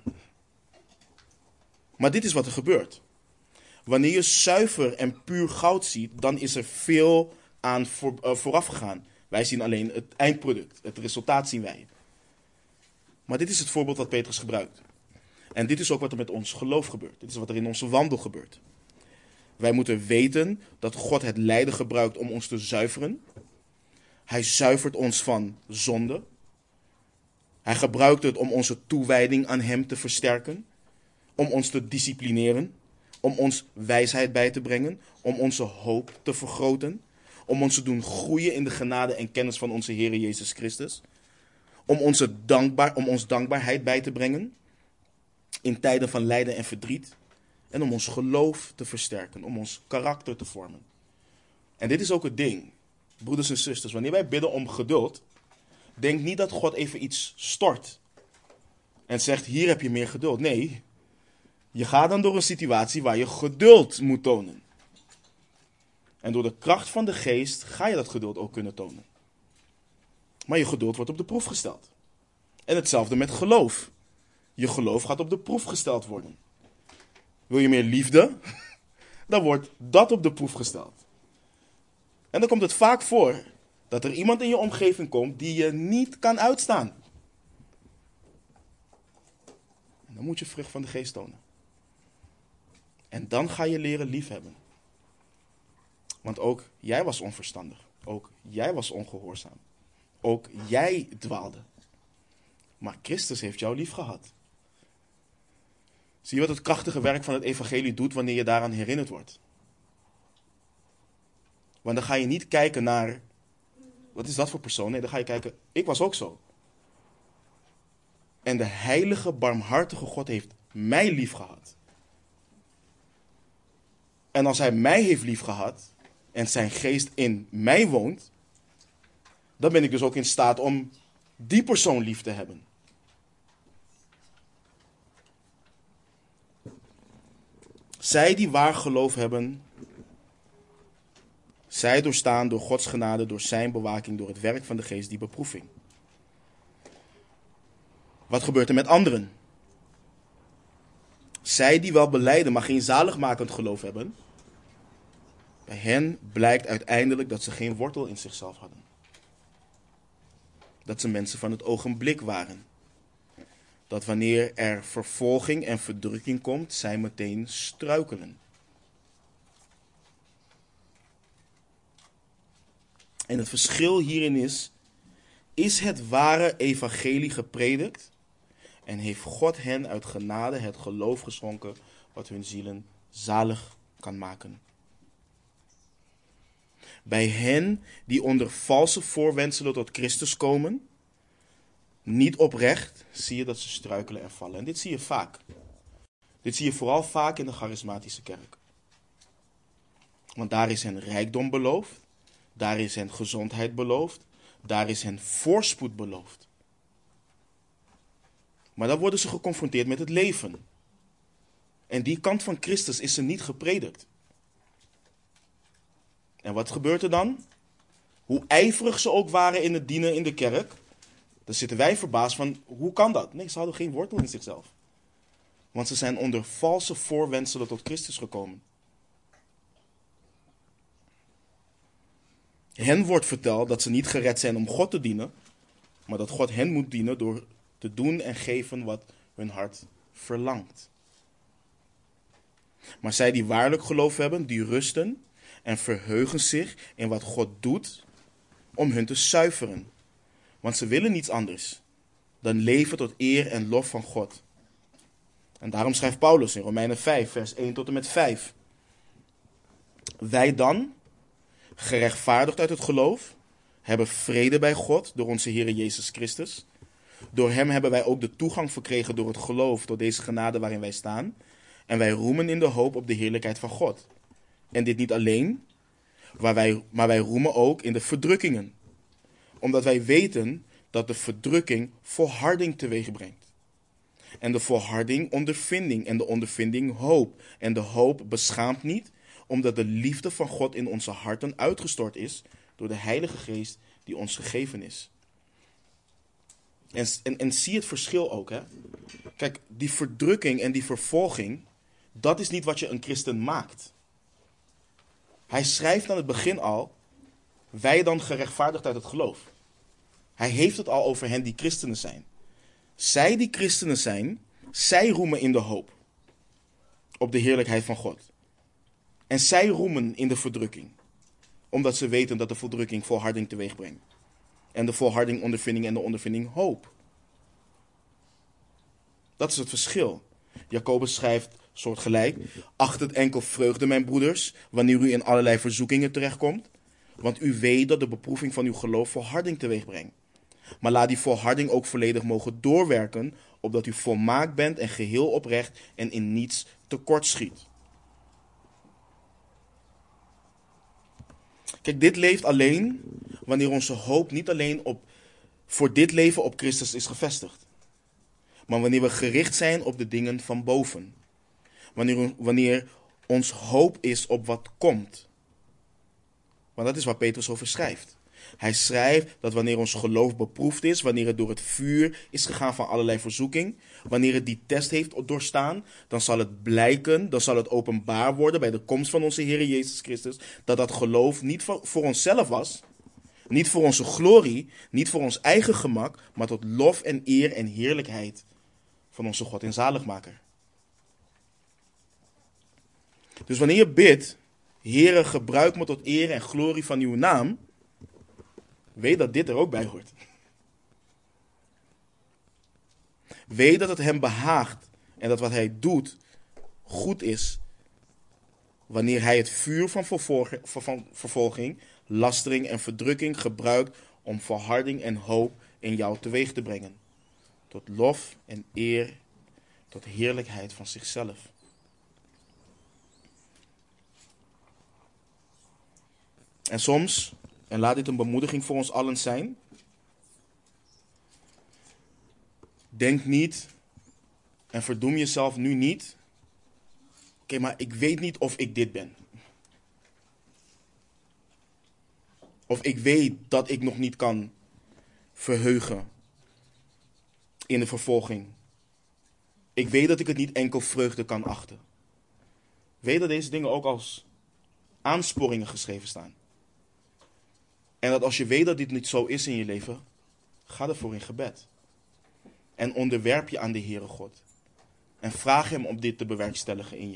Maar dit is wat er gebeurt. Wanneer je zuiver en puur goud ziet, dan is er veel aan voor, uh, vooraf gegaan. Wij zien alleen het eindproduct. Het resultaat zien wij. Maar dit is het voorbeeld wat Petrus gebruikt. En dit is ook wat er met ons geloof gebeurt. Dit is wat er in onze wandel gebeurt. Wij moeten weten dat God het lijden gebruikt om ons te zuiveren. Hij zuivert ons van zonde. Hij gebruikt het om onze toewijding aan hem te versterken. Om ons te disciplineren. Om ons wijsheid bij te brengen. Om onze hoop te vergroten. Om ons te doen groeien in de genade en kennis van onze Heer Jezus Christus. Om, onze dankbaar, om ons dankbaarheid bij te brengen. In tijden van lijden en verdriet. En om ons geloof te versterken. Om ons karakter te vormen. En dit is ook het ding. Broeders en zusters. Wanneer wij bidden om geduld. Denk niet dat God even iets stort. En zegt, hier heb je meer geduld. Nee. Je gaat dan door een situatie waar je geduld moet tonen. En door de kracht van de geest ga je dat geduld ook kunnen tonen. Maar je geduld wordt op de proef gesteld. En hetzelfde met geloof. Je geloof gaat op de proef gesteld worden. Wil je meer liefde? Dan wordt dat op de proef gesteld. En dan komt het vaak voor dat er iemand in je omgeving komt die je niet kan uitstaan. En dan moet je vrucht van de geest tonen. En dan ga je leren liefhebben. Want ook jij was onverstandig. Ook jij was ongehoorzaam. Ook jij dwaalde. Maar Christus heeft jou lief gehad. Zie je wat het krachtige werk van het evangelie doet wanneer je daaraan herinnerd wordt? Want dan ga je niet kijken naar, wat is dat voor persoon? Nee, dan ga je kijken, ik was ook zo. En de heilige, barmhartige God heeft mij lief gehad. En als hij mij heeft lief gehad en zijn geest in mij woont, dan ben ik dus ook in staat om die persoon lief te hebben. Zij die waar geloof hebben, zij doorstaan door Gods genade, door zijn bewaking, door het werk van de geest, die beproeving. Wat gebeurt er met anderen? Zij die wel belijden, maar geen zaligmakend geloof hebben, bij hen blijkt uiteindelijk dat ze geen wortel in zichzelf hadden. Dat ze mensen van het ogenblik waren. Dat wanneer er vervolging en verdrukking komt, zij meteen struikelen. En het verschil hierin is, is het ware evangelie gepredikt en heeft God hen uit genade het geloof geschonken wat hun zielen zalig kan maken. Bij hen die onder valse voorwendselen tot Christus komen, niet oprecht, zie je dat ze struikelen en vallen. En dit zie je vaak. Dit zie je vooral vaak in de charismatische kerk. Want daar is hen rijkdom beloofd, daar is hen gezondheid beloofd, daar is hen voorspoed beloofd. Maar dan worden ze geconfronteerd met het leven. En die kant van Christus is ze niet gepredikt. En wat gebeurt er dan? Hoe ijverig ze ook waren in het dienen in de kerk, dan zitten wij verbaasd van, hoe kan dat? Nee, ze hadden geen wortel in zichzelf. Want ze zijn onder valse voorwendselen tot Christus gekomen. Hen wordt verteld dat ze niet gered zijn om God te dienen, maar dat God hen moet dienen door te doen en geven wat hun hart verlangt. Maar zij die waarlijk geloof hebben, die rusten en verheugen zich in wat God doet om hun te zuiveren. Want ze willen niets anders dan leven tot eer en lof van God. En daarom schrijft Paulus in Romeinen vijf, vers één tot en met vijf. Wij dan, gerechtvaardigd uit het geloof, hebben vrede bij God door onze Heer Jezus Christus. Door hem hebben wij ook de toegang verkregen door het geloof tot deze genade waarin wij staan. En wij roemen in de hoop op de heerlijkheid van God. En dit niet alleen, maar wij, maar wij roemen ook in de verdrukkingen. Omdat wij weten dat de verdrukking volharding teweeg brengt. En de volharding ondervinding en de ondervinding hoop. En de hoop beschaamt niet, omdat de liefde van God in onze harten uitgestort is door de Heilige Geest die ons gegeven is. En, en, en zie het verschil ook. Hè? Kijk, die verdrukking en die vervolging, dat is niet wat je een christen maakt. Hij schrijft aan het begin al, wij dan gerechtvaardigd uit het geloof. Hij heeft het al over hen die christenen zijn. Zij die christenen zijn, zij roemen in de hoop op de heerlijkheid van God. En zij roemen in de verdrukking, omdat ze weten dat de verdrukking volharding teweeg brengt. En de volharding ondervinding en de ondervinding hoop. Dat is het verschil. Jacobus schrijft soortgelijk, acht het enkel vreugde, mijn broeders, wanneer u in allerlei verzoekingen terechtkomt. Want u weet dat de beproeving van uw geloof volharding teweeg brengt. Maar laat die volharding ook volledig mogen doorwerken, opdat u volmaakt bent en geheel oprecht en in niets tekortschiet. Kijk, dit leeft alleen wanneer onze hoop niet alleen op, voor dit leven op Christus is gevestigd. Maar wanneer we gericht zijn op de dingen van boven. Wanneer, wanneer ons hoop is op wat komt. Want dat is wat Petrus over schrijft. Hij schrijft dat wanneer ons geloof beproefd is, wanneer het door het vuur is gegaan van allerlei verzoeking, wanneer het die test heeft doorstaan, dan zal het blijken, dan zal het openbaar worden bij de komst van onze Heer Jezus Christus, dat dat geloof niet voor, voor onszelf was, niet voor onze glorie, niet voor ons eigen gemak, maar tot lof en eer en heerlijkheid van onze God en zaligmaker. Dus wanneer je bidt, Heere, gebruik me tot eer en glorie van uw naam, weet dat dit er ook bij hoort. Weet dat het hem behaagt en dat wat hij doet goed is, wanneer hij het vuur van vervolging, lastering en verdrukking gebruikt om volharding en hoop in jou teweeg te brengen. Tot lof en eer, tot heerlijkheid van zichzelf. En soms, en laat dit een bemoediging voor ons allen zijn, denk niet en verdoem jezelf nu niet. Oké, okay, maar ik weet niet of ik dit ben. Of ik weet dat ik nog niet kan verheugen in de vervolging. Ik weet dat ik het niet enkel vreugde kan achten. Weet dat deze dingen ook als aansporingen geschreven staan. En dat als je weet dat dit niet zo is in je leven, ga ervoor in gebed. En onderwerp je aan de Heere God. En vraag hem om dit te bewerkstelligen in je.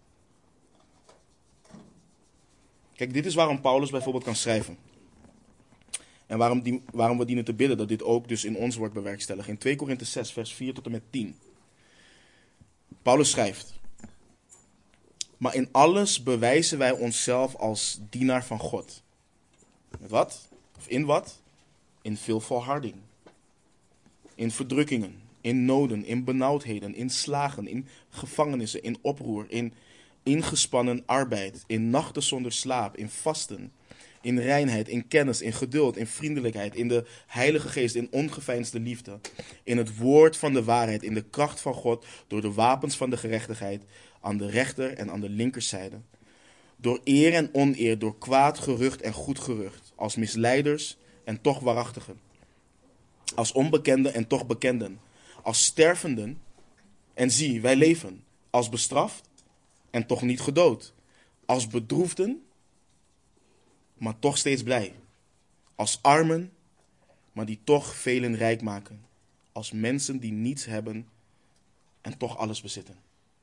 Kijk, dit is waarom Paulus bijvoorbeeld kan schrijven. En waarom, die, waarom we dienen te bidden dat dit ook dus in ons wordt bewerkstelligd. In twee Korinthe zes, vers vier tot en met tien. Paulus schrijft: maar in alles bewijzen wij onszelf als dienaar van God. Met wat? Of in wat? In veel volharding. In verdrukkingen, in noden, in benauwdheden, in slagen, in gevangenissen, in oproer, in ingespannen arbeid, in nachten zonder slaap, in vasten, in reinheid, in kennis, in geduld, in vriendelijkheid, in de Heilige Geest, in ongeveinsde liefde, in het woord van de waarheid, in de kracht van God, door de wapens van de gerechtigheid, aan de rechter en aan de linkerzijde. Door eer en oneer, door kwaad gerucht en goed gerucht, als misleiders en toch waarachtigen, als onbekenden en toch bekenden, als stervenden en zie, wij leven, als bestraft en toch niet gedood, als bedroefden, maar toch steeds blij, als armen, maar die toch velen rijk maken, als mensen die niets hebben en toch alles bezitten.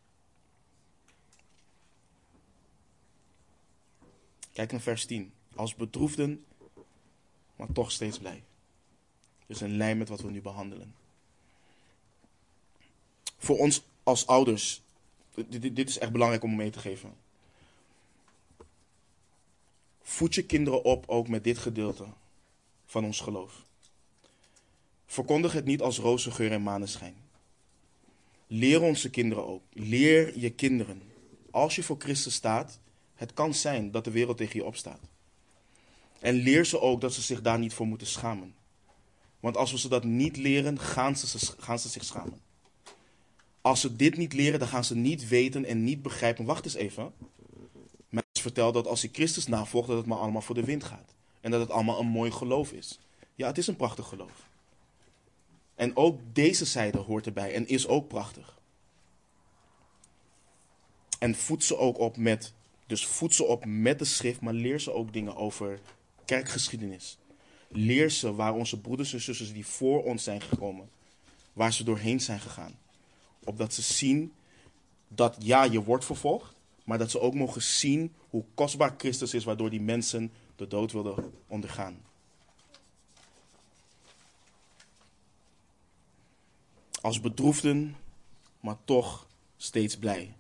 Kijk naar vers tien. Als bedroefden, maar toch steeds blij. Dus in lijn met wat we nu behandelen. Voor ons als ouders, dit, dit is echt belangrijk om mee te geven. Voed je kinderen op ook met dit gedeelte van ons geloof. Verkondig het niet als roze geur en maneschijn. Leer onze kinderen ook. Leer je kinderen. Als je voor Christus staat, het kan zijn dat de wereld tegen je opstaat. En leer ze ook dat ze zich daar niet voor moeten schamen. Want als we ze dat niet leren, gaan ze, gaan ze zich schamen. Als ze dit niet leren, dan gaan ze niet weten en niet begrijpen. Wacht eens even. Mensen vertellen dat als je Christus navolgt, dat het maar allemaal voor de wind gaat. En dat het allemaal een mooi geloof is. Ja, het is een prachtig geloof. En ook deze zijde hoort erbij en is ook prachtig. En voed ze ook op met, dus voed ze op met de schrift, maar leer ze ook dingen over kerkgeschiedenis. Leer ze waar onze broeders en zusters die voor ons zijn gekomen, waar ze doorheen zijn gegaan. Opdat ze zien dat ja, je wordt vervolgd, maar dat ze ook mogen zien hoe kostbaar Christus is, waardoor die mensen de dood wilden ondergaan. Als bedroefden, maar toch steeds blij.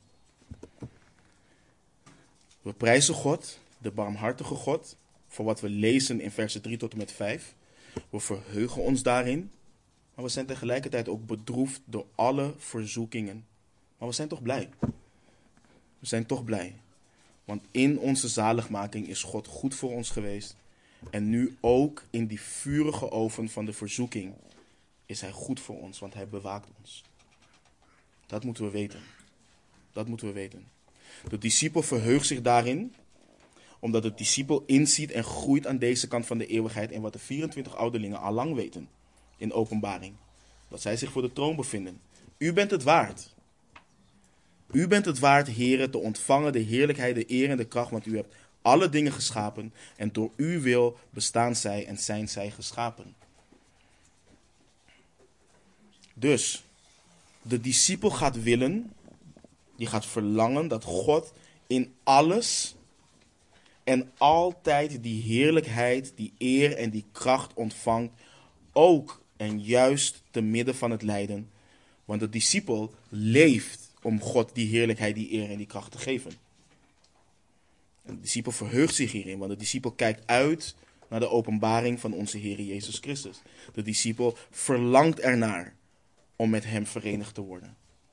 We prijzen God, de barmhartige God, voor wat we lezen in versen drie tot en met vijf. We verheugen ons daarin, maar we zijn tegelijkertijd ook bedroefd door alle verzoekingen. Maar we zijn toch blij. We zijn toch blij. Want in onze zaligmaking is God goed voor ons geweest. En nu ook in die vurige oven van de verzoeking is hij goed voor ons, want hij bewaakt ons. Dat moeten we weten. Dat moeten we weten. De discipel verheugt zich daarin, omdat de discipel inziet en groeit aan deze kant van de eeuwigheid in wat de vierentwintig ouderlingen al lang weten in Openbaring. Dat zij zich voor de troon bevinden. U bent het waard. U bent het waard, heren, te ontvangen de heerlijkheid, de eer en de kracht, want u hebt alle dingen geschapen en door uw wil bestaan zij en zijn zij geschapen. Dus, de discipel gaat willen, die gaat verlangen dat God in alles en altijd die heerlijkheid, die eer en die kracht ontvangt, ook en juist te midden van het lijden. Want de discipel leeft om God die heerlijkheid, die eer en die kracht te geven. En de discipel verheugt zich hierin, want de discipel kijkt uit naar de openbaring van onze Heer Jezus Christus. De discipel verlangt ernaar om met hem verenigd te worden.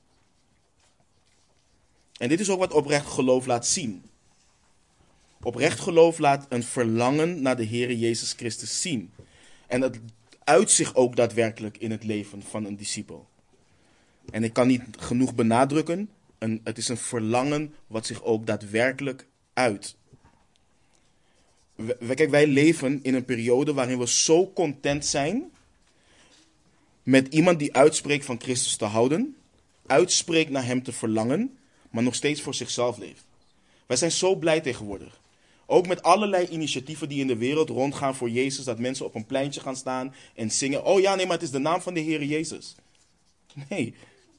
En dit is ook wat oprecht geloof laat zien. Oprecht geloof laat een verlangen naar de Heer Jezus Christus zien. En het uit zich ook daadwerkelijk in het leven van een discipel. En ik kan niet genoeg benadrukken, een, het is een verlangen wat zich ook daadwerkelijk uit. We, kijk, wij leven in een periode waarin we zo content zijn met iemand die uitspreekt van Christus te houden, uitspreekt naar hem te verlangen, maar nog steeds voor zichzelf leeft. Wij zijn zo blij tegenwoordig. Ook met allerlei initiatieven die in de wereld rondgaan voor Jezus, dat mensen op een pleintje gaan staan en zingen, oh ja, nee, maar het is de naam van de Heer Jezus. Nee.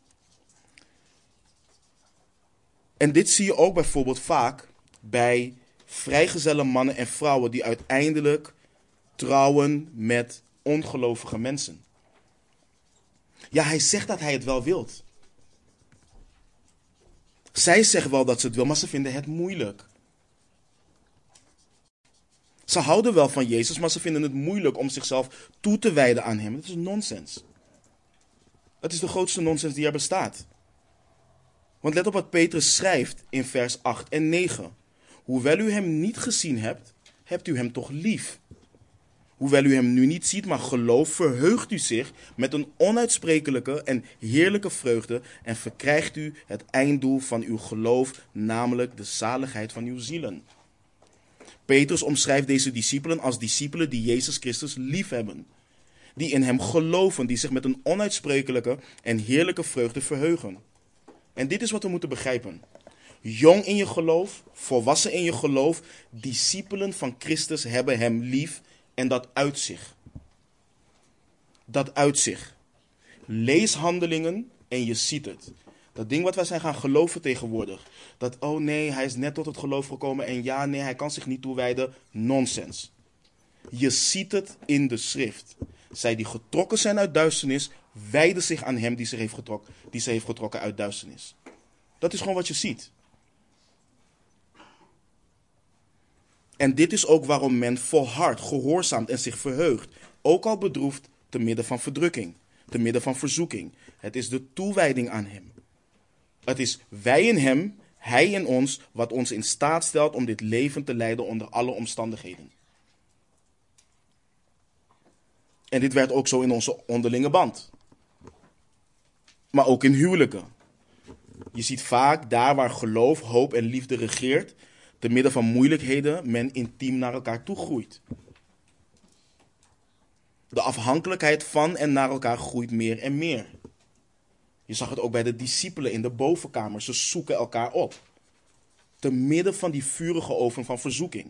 En dit zie je ook bijvoorbeeld vaak bij vrijgezelle mannen en vrouwen die uiteindelijk trouwen met ongelovige mensen. Ja, hij zegt dat hij het wel wilt. Zij zeggen wel dat ze het wil, maar ze vinden het moeilijk. Ze houden wel van Jezus, maar ze vinden het moeilijk om zichzelf toe te wijden aan hem. Dat is nonsens. Dat is de grootste nonsens die er bestaat. Want let op wat Petrus schrijft in vers acht en negen. Hoewel u hem niet gezien hebt, hebt u hem toch lief. Hoewel u hem nu niet ziet, maar gelooft, verheugt u zich met een onuitsprekelijke en heerlijke vreugde en verkrijgt u het einddoel van uw geloof, namelijk de zaligheid van uw zielen. Petrus omschrijft deze discipelen als discipelen die Jezus Christus liefhebben. Die in hem geloven, die zich met een onuitsprekelijke en heerlijke vreugde verheugen. En dit is wat we moeten begrijpen. Jong in je geloof, volwassen in je geloof, discipelen van Christus hebben hem lief en dat uit zich. Dat uit zich. Lees Handelingen en je ziet het. Dat ding wat wij zijn gaan geloven tegenwoordig. Dat, oh nee, hij is net tot het geloof gekomen en ja, nee, hij kan zich niet toewijden. Nonsens. Je ziet het in de schrift. Zij die getrokken zijn uit duisternis, wijden zich aan hem die ze heeft getrokken, die ze heeft getrokken uit duisternis. Dat is gewoon wat je ziet. En dit is ook waarom men volhardt, gehoorzaamt en zich verheugt. Ook al bedroefd te midden van verdrukking, te midden van verzoeking. Het is de toewijding aan hem. Het is wij in hem, hij in ons, wat ons in staat stelt om dit leven te leiden onder alle omstandigheden. En dit werd ook zo in onze onderlinge band. Maar ook in huwelijken. Je ziet vaak daar waar geloof, hoop en liefde regeert, te midden van moeilijkheden, men intiem naar elkaar toe groeit. De afhankelijkheid van en naar elkaar groeit meer en meer. Je zag het ook bij de discipelen in de bovenkamer. Ze zoeken elkaar op. Te midden van die vurige oven van verzoeking.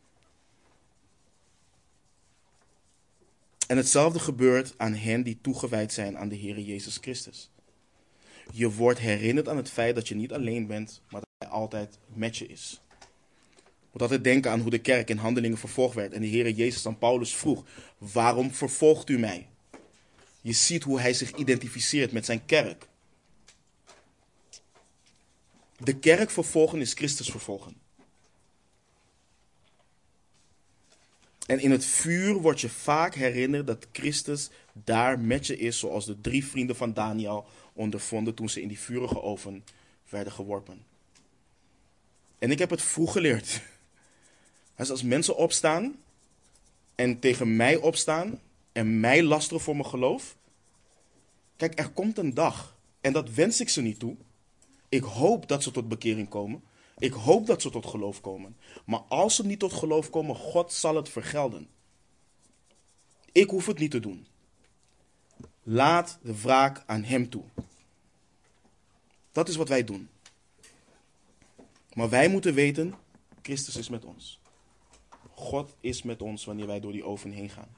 En hetzelfde gebeurt aan hen die toegewijd zijn aan de Heer Jezus Christus. Je wordt herinnerd aan het feit dat je niet alleen bent, maar dat Hij altijd met je is. Je moet altijd denken aan hoe de kerk in Handelingen vervolgd werd. En de Heer Jezus aan Paulus vroeg, waarom vervolgt u mij? Je ziet hoe hij zich identificeert met zijn kerk. De kerk vervolgen is Christus vervolgen. En in het vuur word je vaak herinnerd dat Christus daar met je is, zoals de drie vrienden van Daniel ondervonden toen ze in die vurige oven werden geworpen. En ik heb het vroeg geleerd. Dus als mensen opstaan en tegen mij opstaan en mij lasteren voor mijn geloof. Kijk, er komt een dag, en dat wens ik ze niet toe. Ik hoop dat ze tot bekering komen. Ik hoop dat ze tot geloof komen. Maar als ze niet tot geloof komen, God zal het vergelden. Ik hoef het niet te doen. Laat de wraak aan hem toe. Dat is wat wij doen. Maar wij moeten weten, Christus is met ons. God is met ons wanneer wij door die oven heen gaan.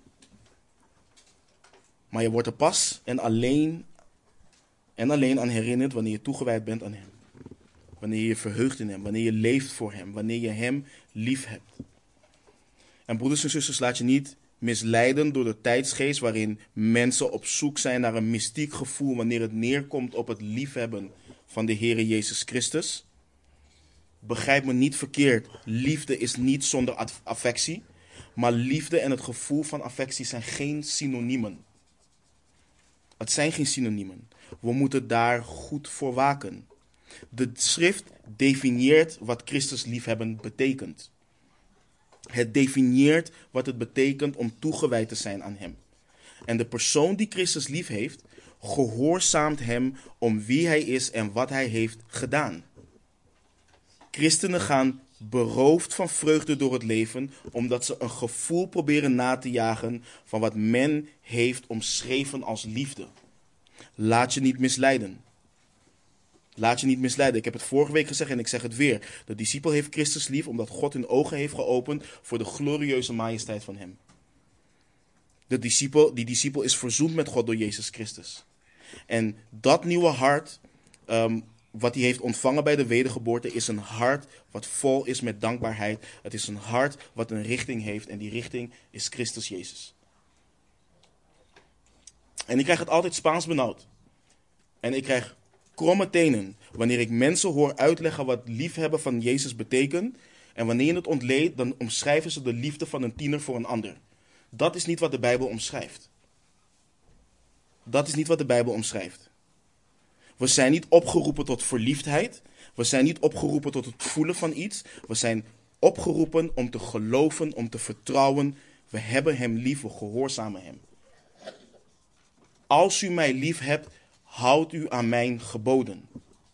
Maar je wordt er pas en alleen en alleen aan herinnerd wanneer je toegewijd bent aan hem. Wanneer je je verheugt in hem, wanneer je leeft voor hem, wanneer je hem lief hebt. En broeders en zusters, laat je niet misleiden door de tijdsgeest waarin mensen op zoek zijn naar een mystiek gevoel wanneer het neerkomt op het liefhebben van de Heere Jezus Christus. Begrijp me niet verkeerd, liefde is niet zonder affectie, maar liefde en het gevoel van affectie zijn geen synoniemen. Het zijn geen synoniemen. We moeten daar goed voor waken. De schrift definieert wat Christus liefhebben betekent. Het definieert wat het betekent om toegewijd te zijn aan hem. En de persoon die Christus lief heeft, gehoorzaamt hem om wie hij is en wat hij heeft gedaan. Christenen gaan beroofd van vreugde door het leven, omdat ze een gevoel proberen na te jagen van wat men heeft omschreven als liefde. Laat je niet misleiden. Laat je niet misleiden. Ik heb het vorige week gezegd en ik zeg het weer. De discipel heeft Christus lief omdat God hun ogen heeft geopend voor de glorieuze majesteit van hem. De discipel, die discipel is verzoend met God door Jezus Christus. En dat nieuwe hart, um, wat hij heeft ontvangen bij de wedergeboorte, is een hart wat vol is met dankbaarheid. Het is een hart wat een richting heeft en die richting is Christus Jezus. En ik krijg het altijd Spaans benauwd. En ik krijg kromme tenen wanneer ik mensen hoor uitleggen wat liefhebben van Jezus betekent. En wanneer je het ontleedt, dan omschrijven ze de liefde van een tiener voor een ander. Dat is niet wat de Bijbel omschrijft. Dat is niet wat de Bijbel omschrijft. We zijn niet opgeroepen tot verliefdheid. We zijn niet opgeroepen tot het voelen van iets. We zijn opgeroepen om te geloven, om te vertrouwen. We hebben hem lief, we gehoorzamen hem. Als u mij lief hebt, houdt u aan mijn geboden.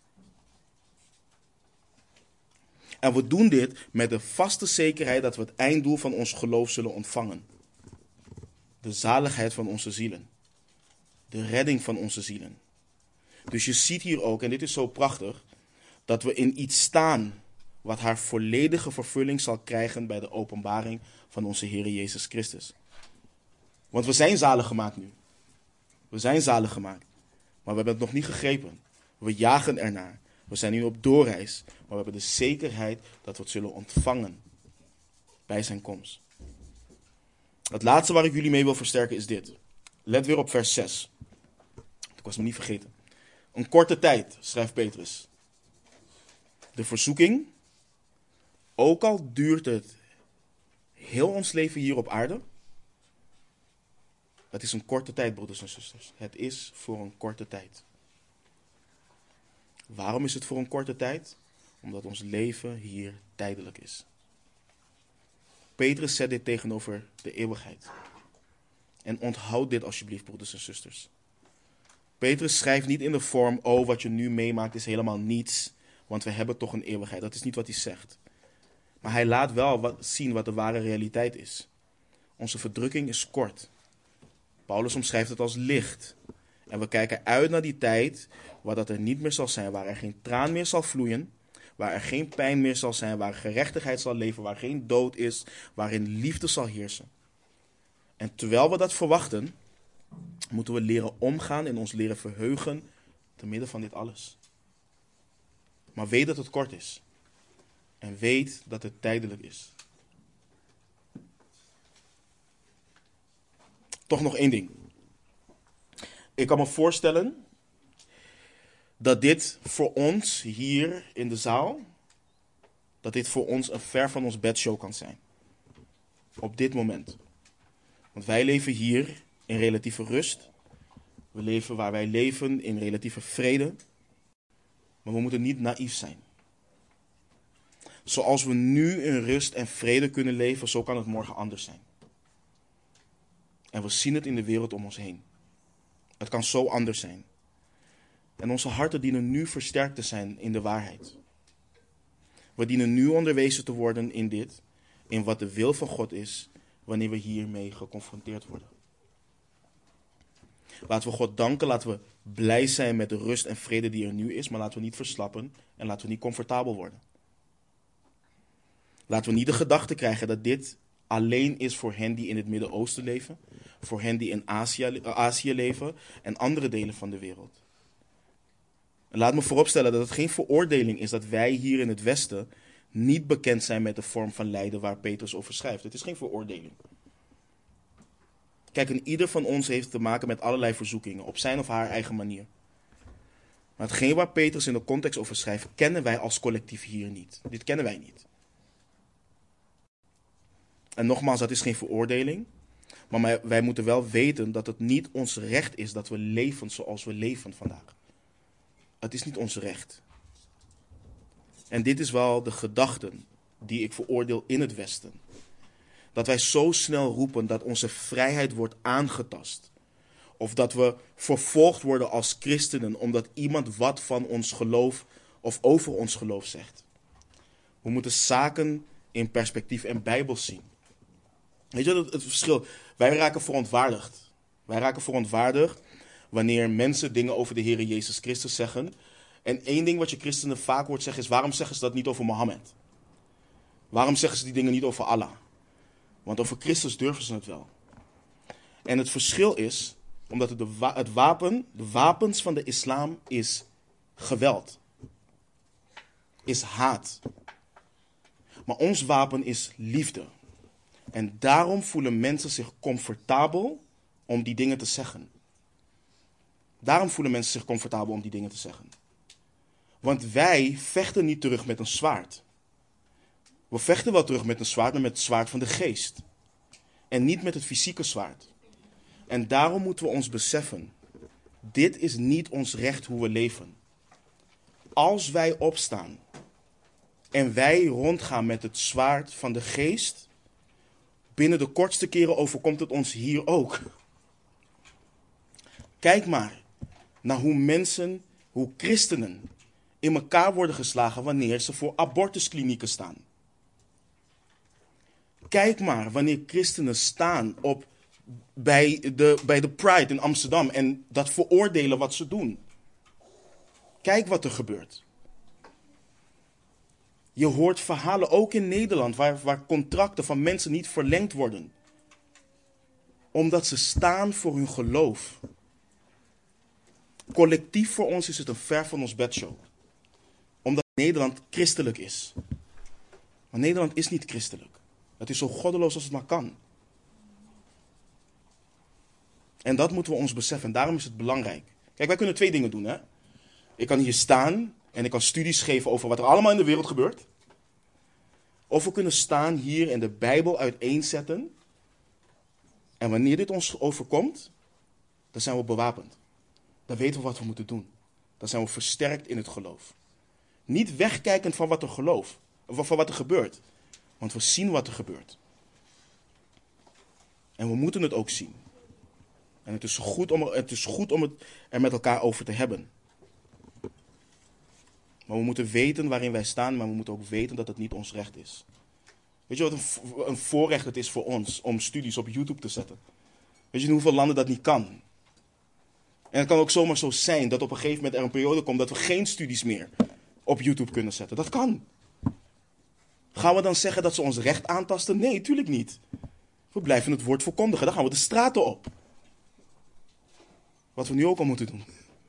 En we doen dit met de vaste zekerheid dat we het einddoel van ons geloof zullen ontvangen. De zaligheid van onze zielen. De redding van onze zielen. Dus je ziet hier ook, en dit is zo prachtig, dat we in iets staan wat haar volledige vervulling zal krijgen bij de openbaring van onze Heer Jezus Christus. Want we zijn zalig gemaakt nu. We zijn zalig gemaakt. Maar we hebben het nog niet gegrepen. We jagen ernaar. We zijn nu op doorreis. Maar we hebben de zekerheid dat we het zullen ontvangen bij zijn komst. Het laatste waar ik jullie mee wil versterken is dit. Let weer op vers zes. Ik was me niet vergeten. Een korte tijd, schrijft Petrus. De verzoeking, ook al duurt het heel ons leven hier op aarde. Het is een korte tijd, broeders en zusters. Het is voor een korte tijd. Waarom is het voor een korte tijd? Omdat ons leven hier tijdelijk is. Petrus zet dit tegenover de eeuwigheid. En onthoud dit alsjeblieft, broeders en zusters. Petrus schrijft niet in de vorm, oh, wat je nu meemaakt is helemaal niets, want we hebben toch een eeuwigheid. Dat is niet wat hij zegt. Maar hij laat wel wat, zien wat de ware realiteit is. Onze verdrukking is kort. Paulus omschrijft het als licht. En we kijken uit naar die tijd waar dat er niet meer zal zijn, waar er geen traan meer zal vloeien, waar er geen pijn meer zal zijn, waar gerechtigheid zal leven, waar geen dood is, waarin liefde zal heersen. En terwijl we dat verwachten, moeten we leren omgaan en ons leren verheugen te midden van dit alles. Maar weet dat het kort is. En weet dat het tijdelijk is. Toch nog één ding. Ik kan me voorstellen dat dit voor ons hier in de zaal, dat dit voor ons een ver van ons bedshow kan zijn. Op dit moment. Want wij leven hier in relatieve rust. We leven waar wij leven in relatieve vrede. Maar we moeten niet naïef zijn. Zoals we nu in rust en vrede kunnen leven, zo kan het morgen anders zijn. En we zien het in de wereld om ons heen. Het kan zo anders zijn. En onze harten dienen nu versterkt te zijn in de waarheid. We dienen nu onderwezen te worden in dit, in wat de wil van God is, wanneer we hiermee geconfronteerd worden. Laten we God danken, laten we blij zijn met de rust en vrede die er nu is, maar laten we niet verslappen en laten we niet comfortabel worden. Laten we niet de gedachte krijgen dat dit alleen is voor hen die in het Midden-Oosten leven, voor hen die in Azië, Azië leven en andere delen van de wereld. En laat me vooropstellen dat het geen veroordeling is dat wij hier in het Westen niet bekend zijn met de vorm van lijden waar Petrus over schrijft. Het is geen veroordeling. Kijk, en ieder van ons heeft te maken met allerlei verzoekingen, op zijn of haar eigen manier. Maar hetgeen waar Petrus in de context over schrijft, kennen wij als collectief hier niet. Dit kennen wij niet. En nogmaals, dat is geen veroordeling. Maar wij moeten wel weten dat het niet ons recht is dat we leven zoals we leven vandaag. Het is niet ons recht. En dit is wel de gedachte die ik veroordeel in het Westen. Dat wij zo snel roepen dat onze vrijheid wordt aangetast. Of dat we vervolgd worden als christenen omdat iemand wat van ons geloof of over ons geloof zegt. We moeten zaken in perspectief en bijbels zien. Weet je het, het verschil? Wij raken verontwaardigd. Wij raken verontwaardigd wanneer mensen dingen over de Heer Jezus Christus zeggen. En één ding wat je christenen vaak hoort zeggen is, waarom zeggen ze dat niet over Mohammed? Waarom zeggen ze die dingen niet over Allah? Want over Christus durven ze het wel. En het verschil is, omdat het, de wa- het wapen, de wapens van de islam is geweld. Is haat. Maar ons wapen is liefde. En daarom voelen mensen zich comfortabel om die dingen te zeggen. Daarom voelen mensen zich comfortabel om die dingen te zeggen. Want wij vechten niet terug met een zwaard. We vechten wel terug met een zwaard, maar met het zwaard van de geest. En niet met het fysieke zwaard. En daarom moeten we ons beseffen dit is niet ons recht hoe we leven. Als wij opstaan en wij rondgaan met het zwaard van de geest, binnen de kortste keren overkomt het ons hier ook. Kijk maar naar hoe mensen, hoe christenen in elkaar worden geslagen wanneer ze voor abortusklinieken staan. Kijk maar wanneer christenen staan op, bij, de, bij de Pride in Amsterdam en dat veroordelen wat ze doen. Kijk wat er gebeurt. Je hoort verhalen ook in Nederland waar, waar contracten van mensen niet verlengd worden. Omdat ze staan voor hun geloof. Collectief voor ons is het een ver van ons bedshow. Omdat Nederland christelijk is. Maar Nederland is niet christelijk. Het is zo goddeloos als het maar kan. En dat moeten we ons beseffen. En daarom is het belangrijk. Kijk, wij kunnen twee dingen doen. Hè? Ik kan hier staan en ik kan studies geven over wat er allemaal in de wereld gebeurt. Of we kunnen staan hier en de Bijbel uiteenzetten. En wanneer dit ons overkomt, dan zijn we bewapend. Dan weten we wat we moeten doen. Dan zijn we versterkt in het geloof. Niet wegkijkend van wat er gelooft, of van wat er gebeurt. Want we zien wat er gebeurt. En we moeten het ook zien. En het is goed om, het is goed om het er met elkaar over te hebben. Maar we moeten weten waarin wij staan, maar we moeten ook weten dat het niet ons recht is. Weet je wat een, een voorrecht het is voor ons om studies op YouTube te zetten? Weet je in hoeveel landen dat niet kan? En het kan ook zomaar zo zijn dat op een gegeven moment er een periode komt dat we geen studies meer op YouTube kunnen zetten. Dat kan. Gaan we dan zeggen dat ze ons recht aantasten? Nee, tuurlijk niet. We blijven het woord verkondigen. Dan gaan we de straten op. Wat we nu ook al moeten doen.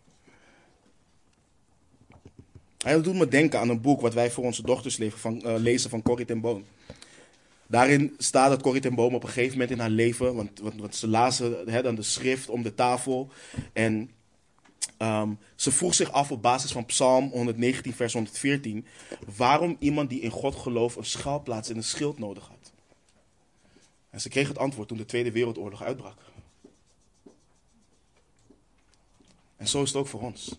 En dat doet me denken aan een boek wat wij voor onze dochters leven van, uh, lezen van Corrie ten Boom. Daarin staat dat Corrie ten Boom op een gegeven moment in haar leven, want, want, want ze lazen hè, dan de schrift om de tafel. En um, ze vroeg zich af op basis van Psalm honderdnegentien vers honderdveertien, waarom iemand die in God gelooft een schuilplaats en een schild nodig had. En ze kreeg het antwoord toen de Tweede Wereldoorlog uitbrak. En zo is het ook voor ons.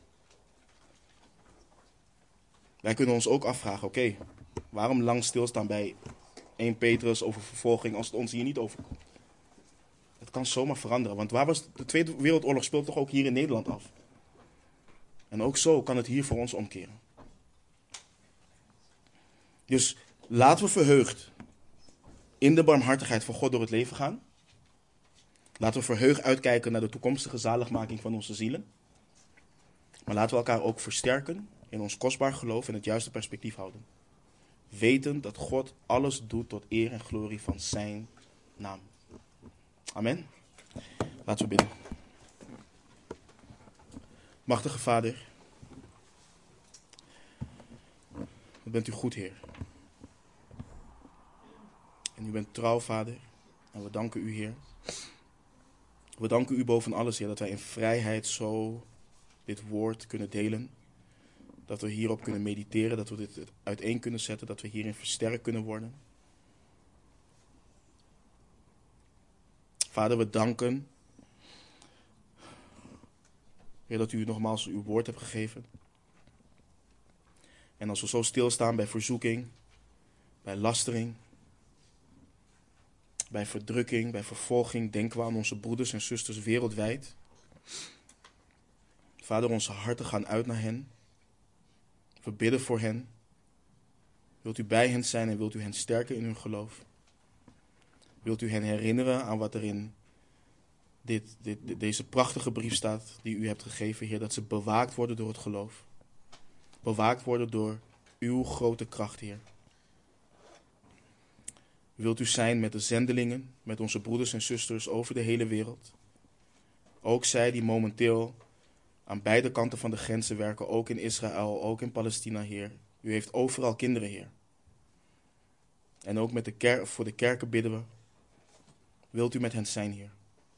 Wij kunnen ons ook afvragen, oké, okay, waarom lang stilstaan bij Eerste Petrus over vervolging als het ons hier niet overkomt? Het kan zomaar veranderen, want waar was de Tweede Wereldoorlog speelt toch ook hier in Nederland af? En ook zo kan het hier voor ons omkeren. Dus laten we verheugd in de barmhartigheid van God door het leven gaan. Laten we verheugd uitkijken naar de toekomstige zaligmaking van onze zielen. Maar laten we elkaar ook versterken in ons kostbaar geloof en het juiste perspectief houden. Weten dat God alles doet tot eer en glorie van zijn naam. Amen. Laten we bidden. Machtige Vader, wat bent u goed, Heer. En u bent trouw, Vader. En we danken u, Heer. We danken u boven alles, Heer, dat wij in vrijheid zo dit woord kunnen delen. Dat we hierop kunnen mediteren, dat we dit uiteen kunnen zetten, dat we hierin versterkt kunnen worden. Vader, we danken, Heer, dat u nogmaals uw woord hebt gegeven. En als we zo stilstaan bij verzoeking, bij lastering, bij verdrukking, bij vervolging, denken we aan onze broeders en zusters wereldwijd. Vader, onze harten gaan uit naar hen. We bidden voor hen. Wilt u bij hen zijn en wilt u hen sterken in hun geloof? Wilt u hen herinneren aan wat er in dit, dit, deze prachtige brief staat die u hebt gegeven, Heer, dat ze bewaakt worden door het geloof. Bewaakt worden door uw grote kracht, Heer. Wilt u zijn met de zendelingen, met onze broeders en zusters over de hele wereld. Ook zij die momenteel aan beide kanten van de grenzen werken, ook in Israël, ook in Palestina, Heer. U heeft overal kinderen, Heer. En ook met de ker- voor de kerken bidden we. Wilt u met hen zijn, Heer?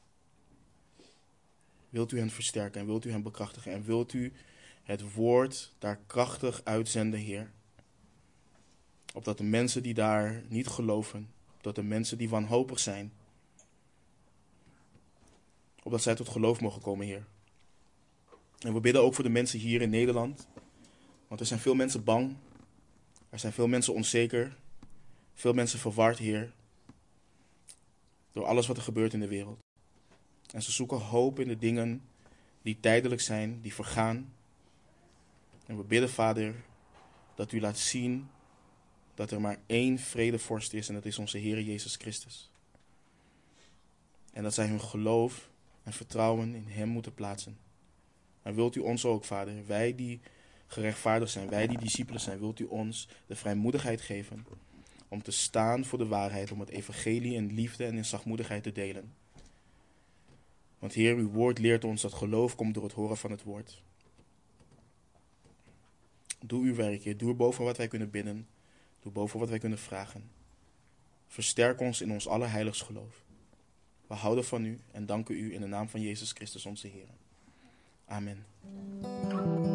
Wilt u hen versterken en wilt u hen bekrachtigen en wilt u het woord daar krachtig uitzenden, Heer? Opdat de mensen die daar niet geloven, opdat de mensen die wanhopig zijn, opdat zij tot geloof mogen komen, Heer. En we bidden ook voor de mensen hier in Nederland. Want er zijn veel mensen bang. Er zijn veel mensen onzeker. Veel mensen verward, Heer. Door alles wat er gebeurt in de wereld. En ze zoeken hoop in de dingen die tijdelijk zijn, die vergaan. En we bidden, Vader, dat u laat zien dat er maar één vredevorst is en dat is onze Heer Jezus Christus. En dat zij hun geloof en vertrouwen in Hem moeten plaatsen. En wilt u ons ook, Vader, wij die gerechtvaardigd zijn, wij die discipelen zijn, wilt u ons de vrijmoedigheid geven om te staan voor de waarheid, om het evangelie in liefde en in zachtmoedigheid te delen. Want Heer, uw woord leert ons dat geloof komt door het horen van het woord. Doe uw werk, Heer. Doe boven wat wij kunnen bidden. Doe boven wat wij kunnen vragen. Versterk ons in ons allerheiligst geloof. We houden van u en danken u in de naam van Jezus Christus onze Heer. Amen.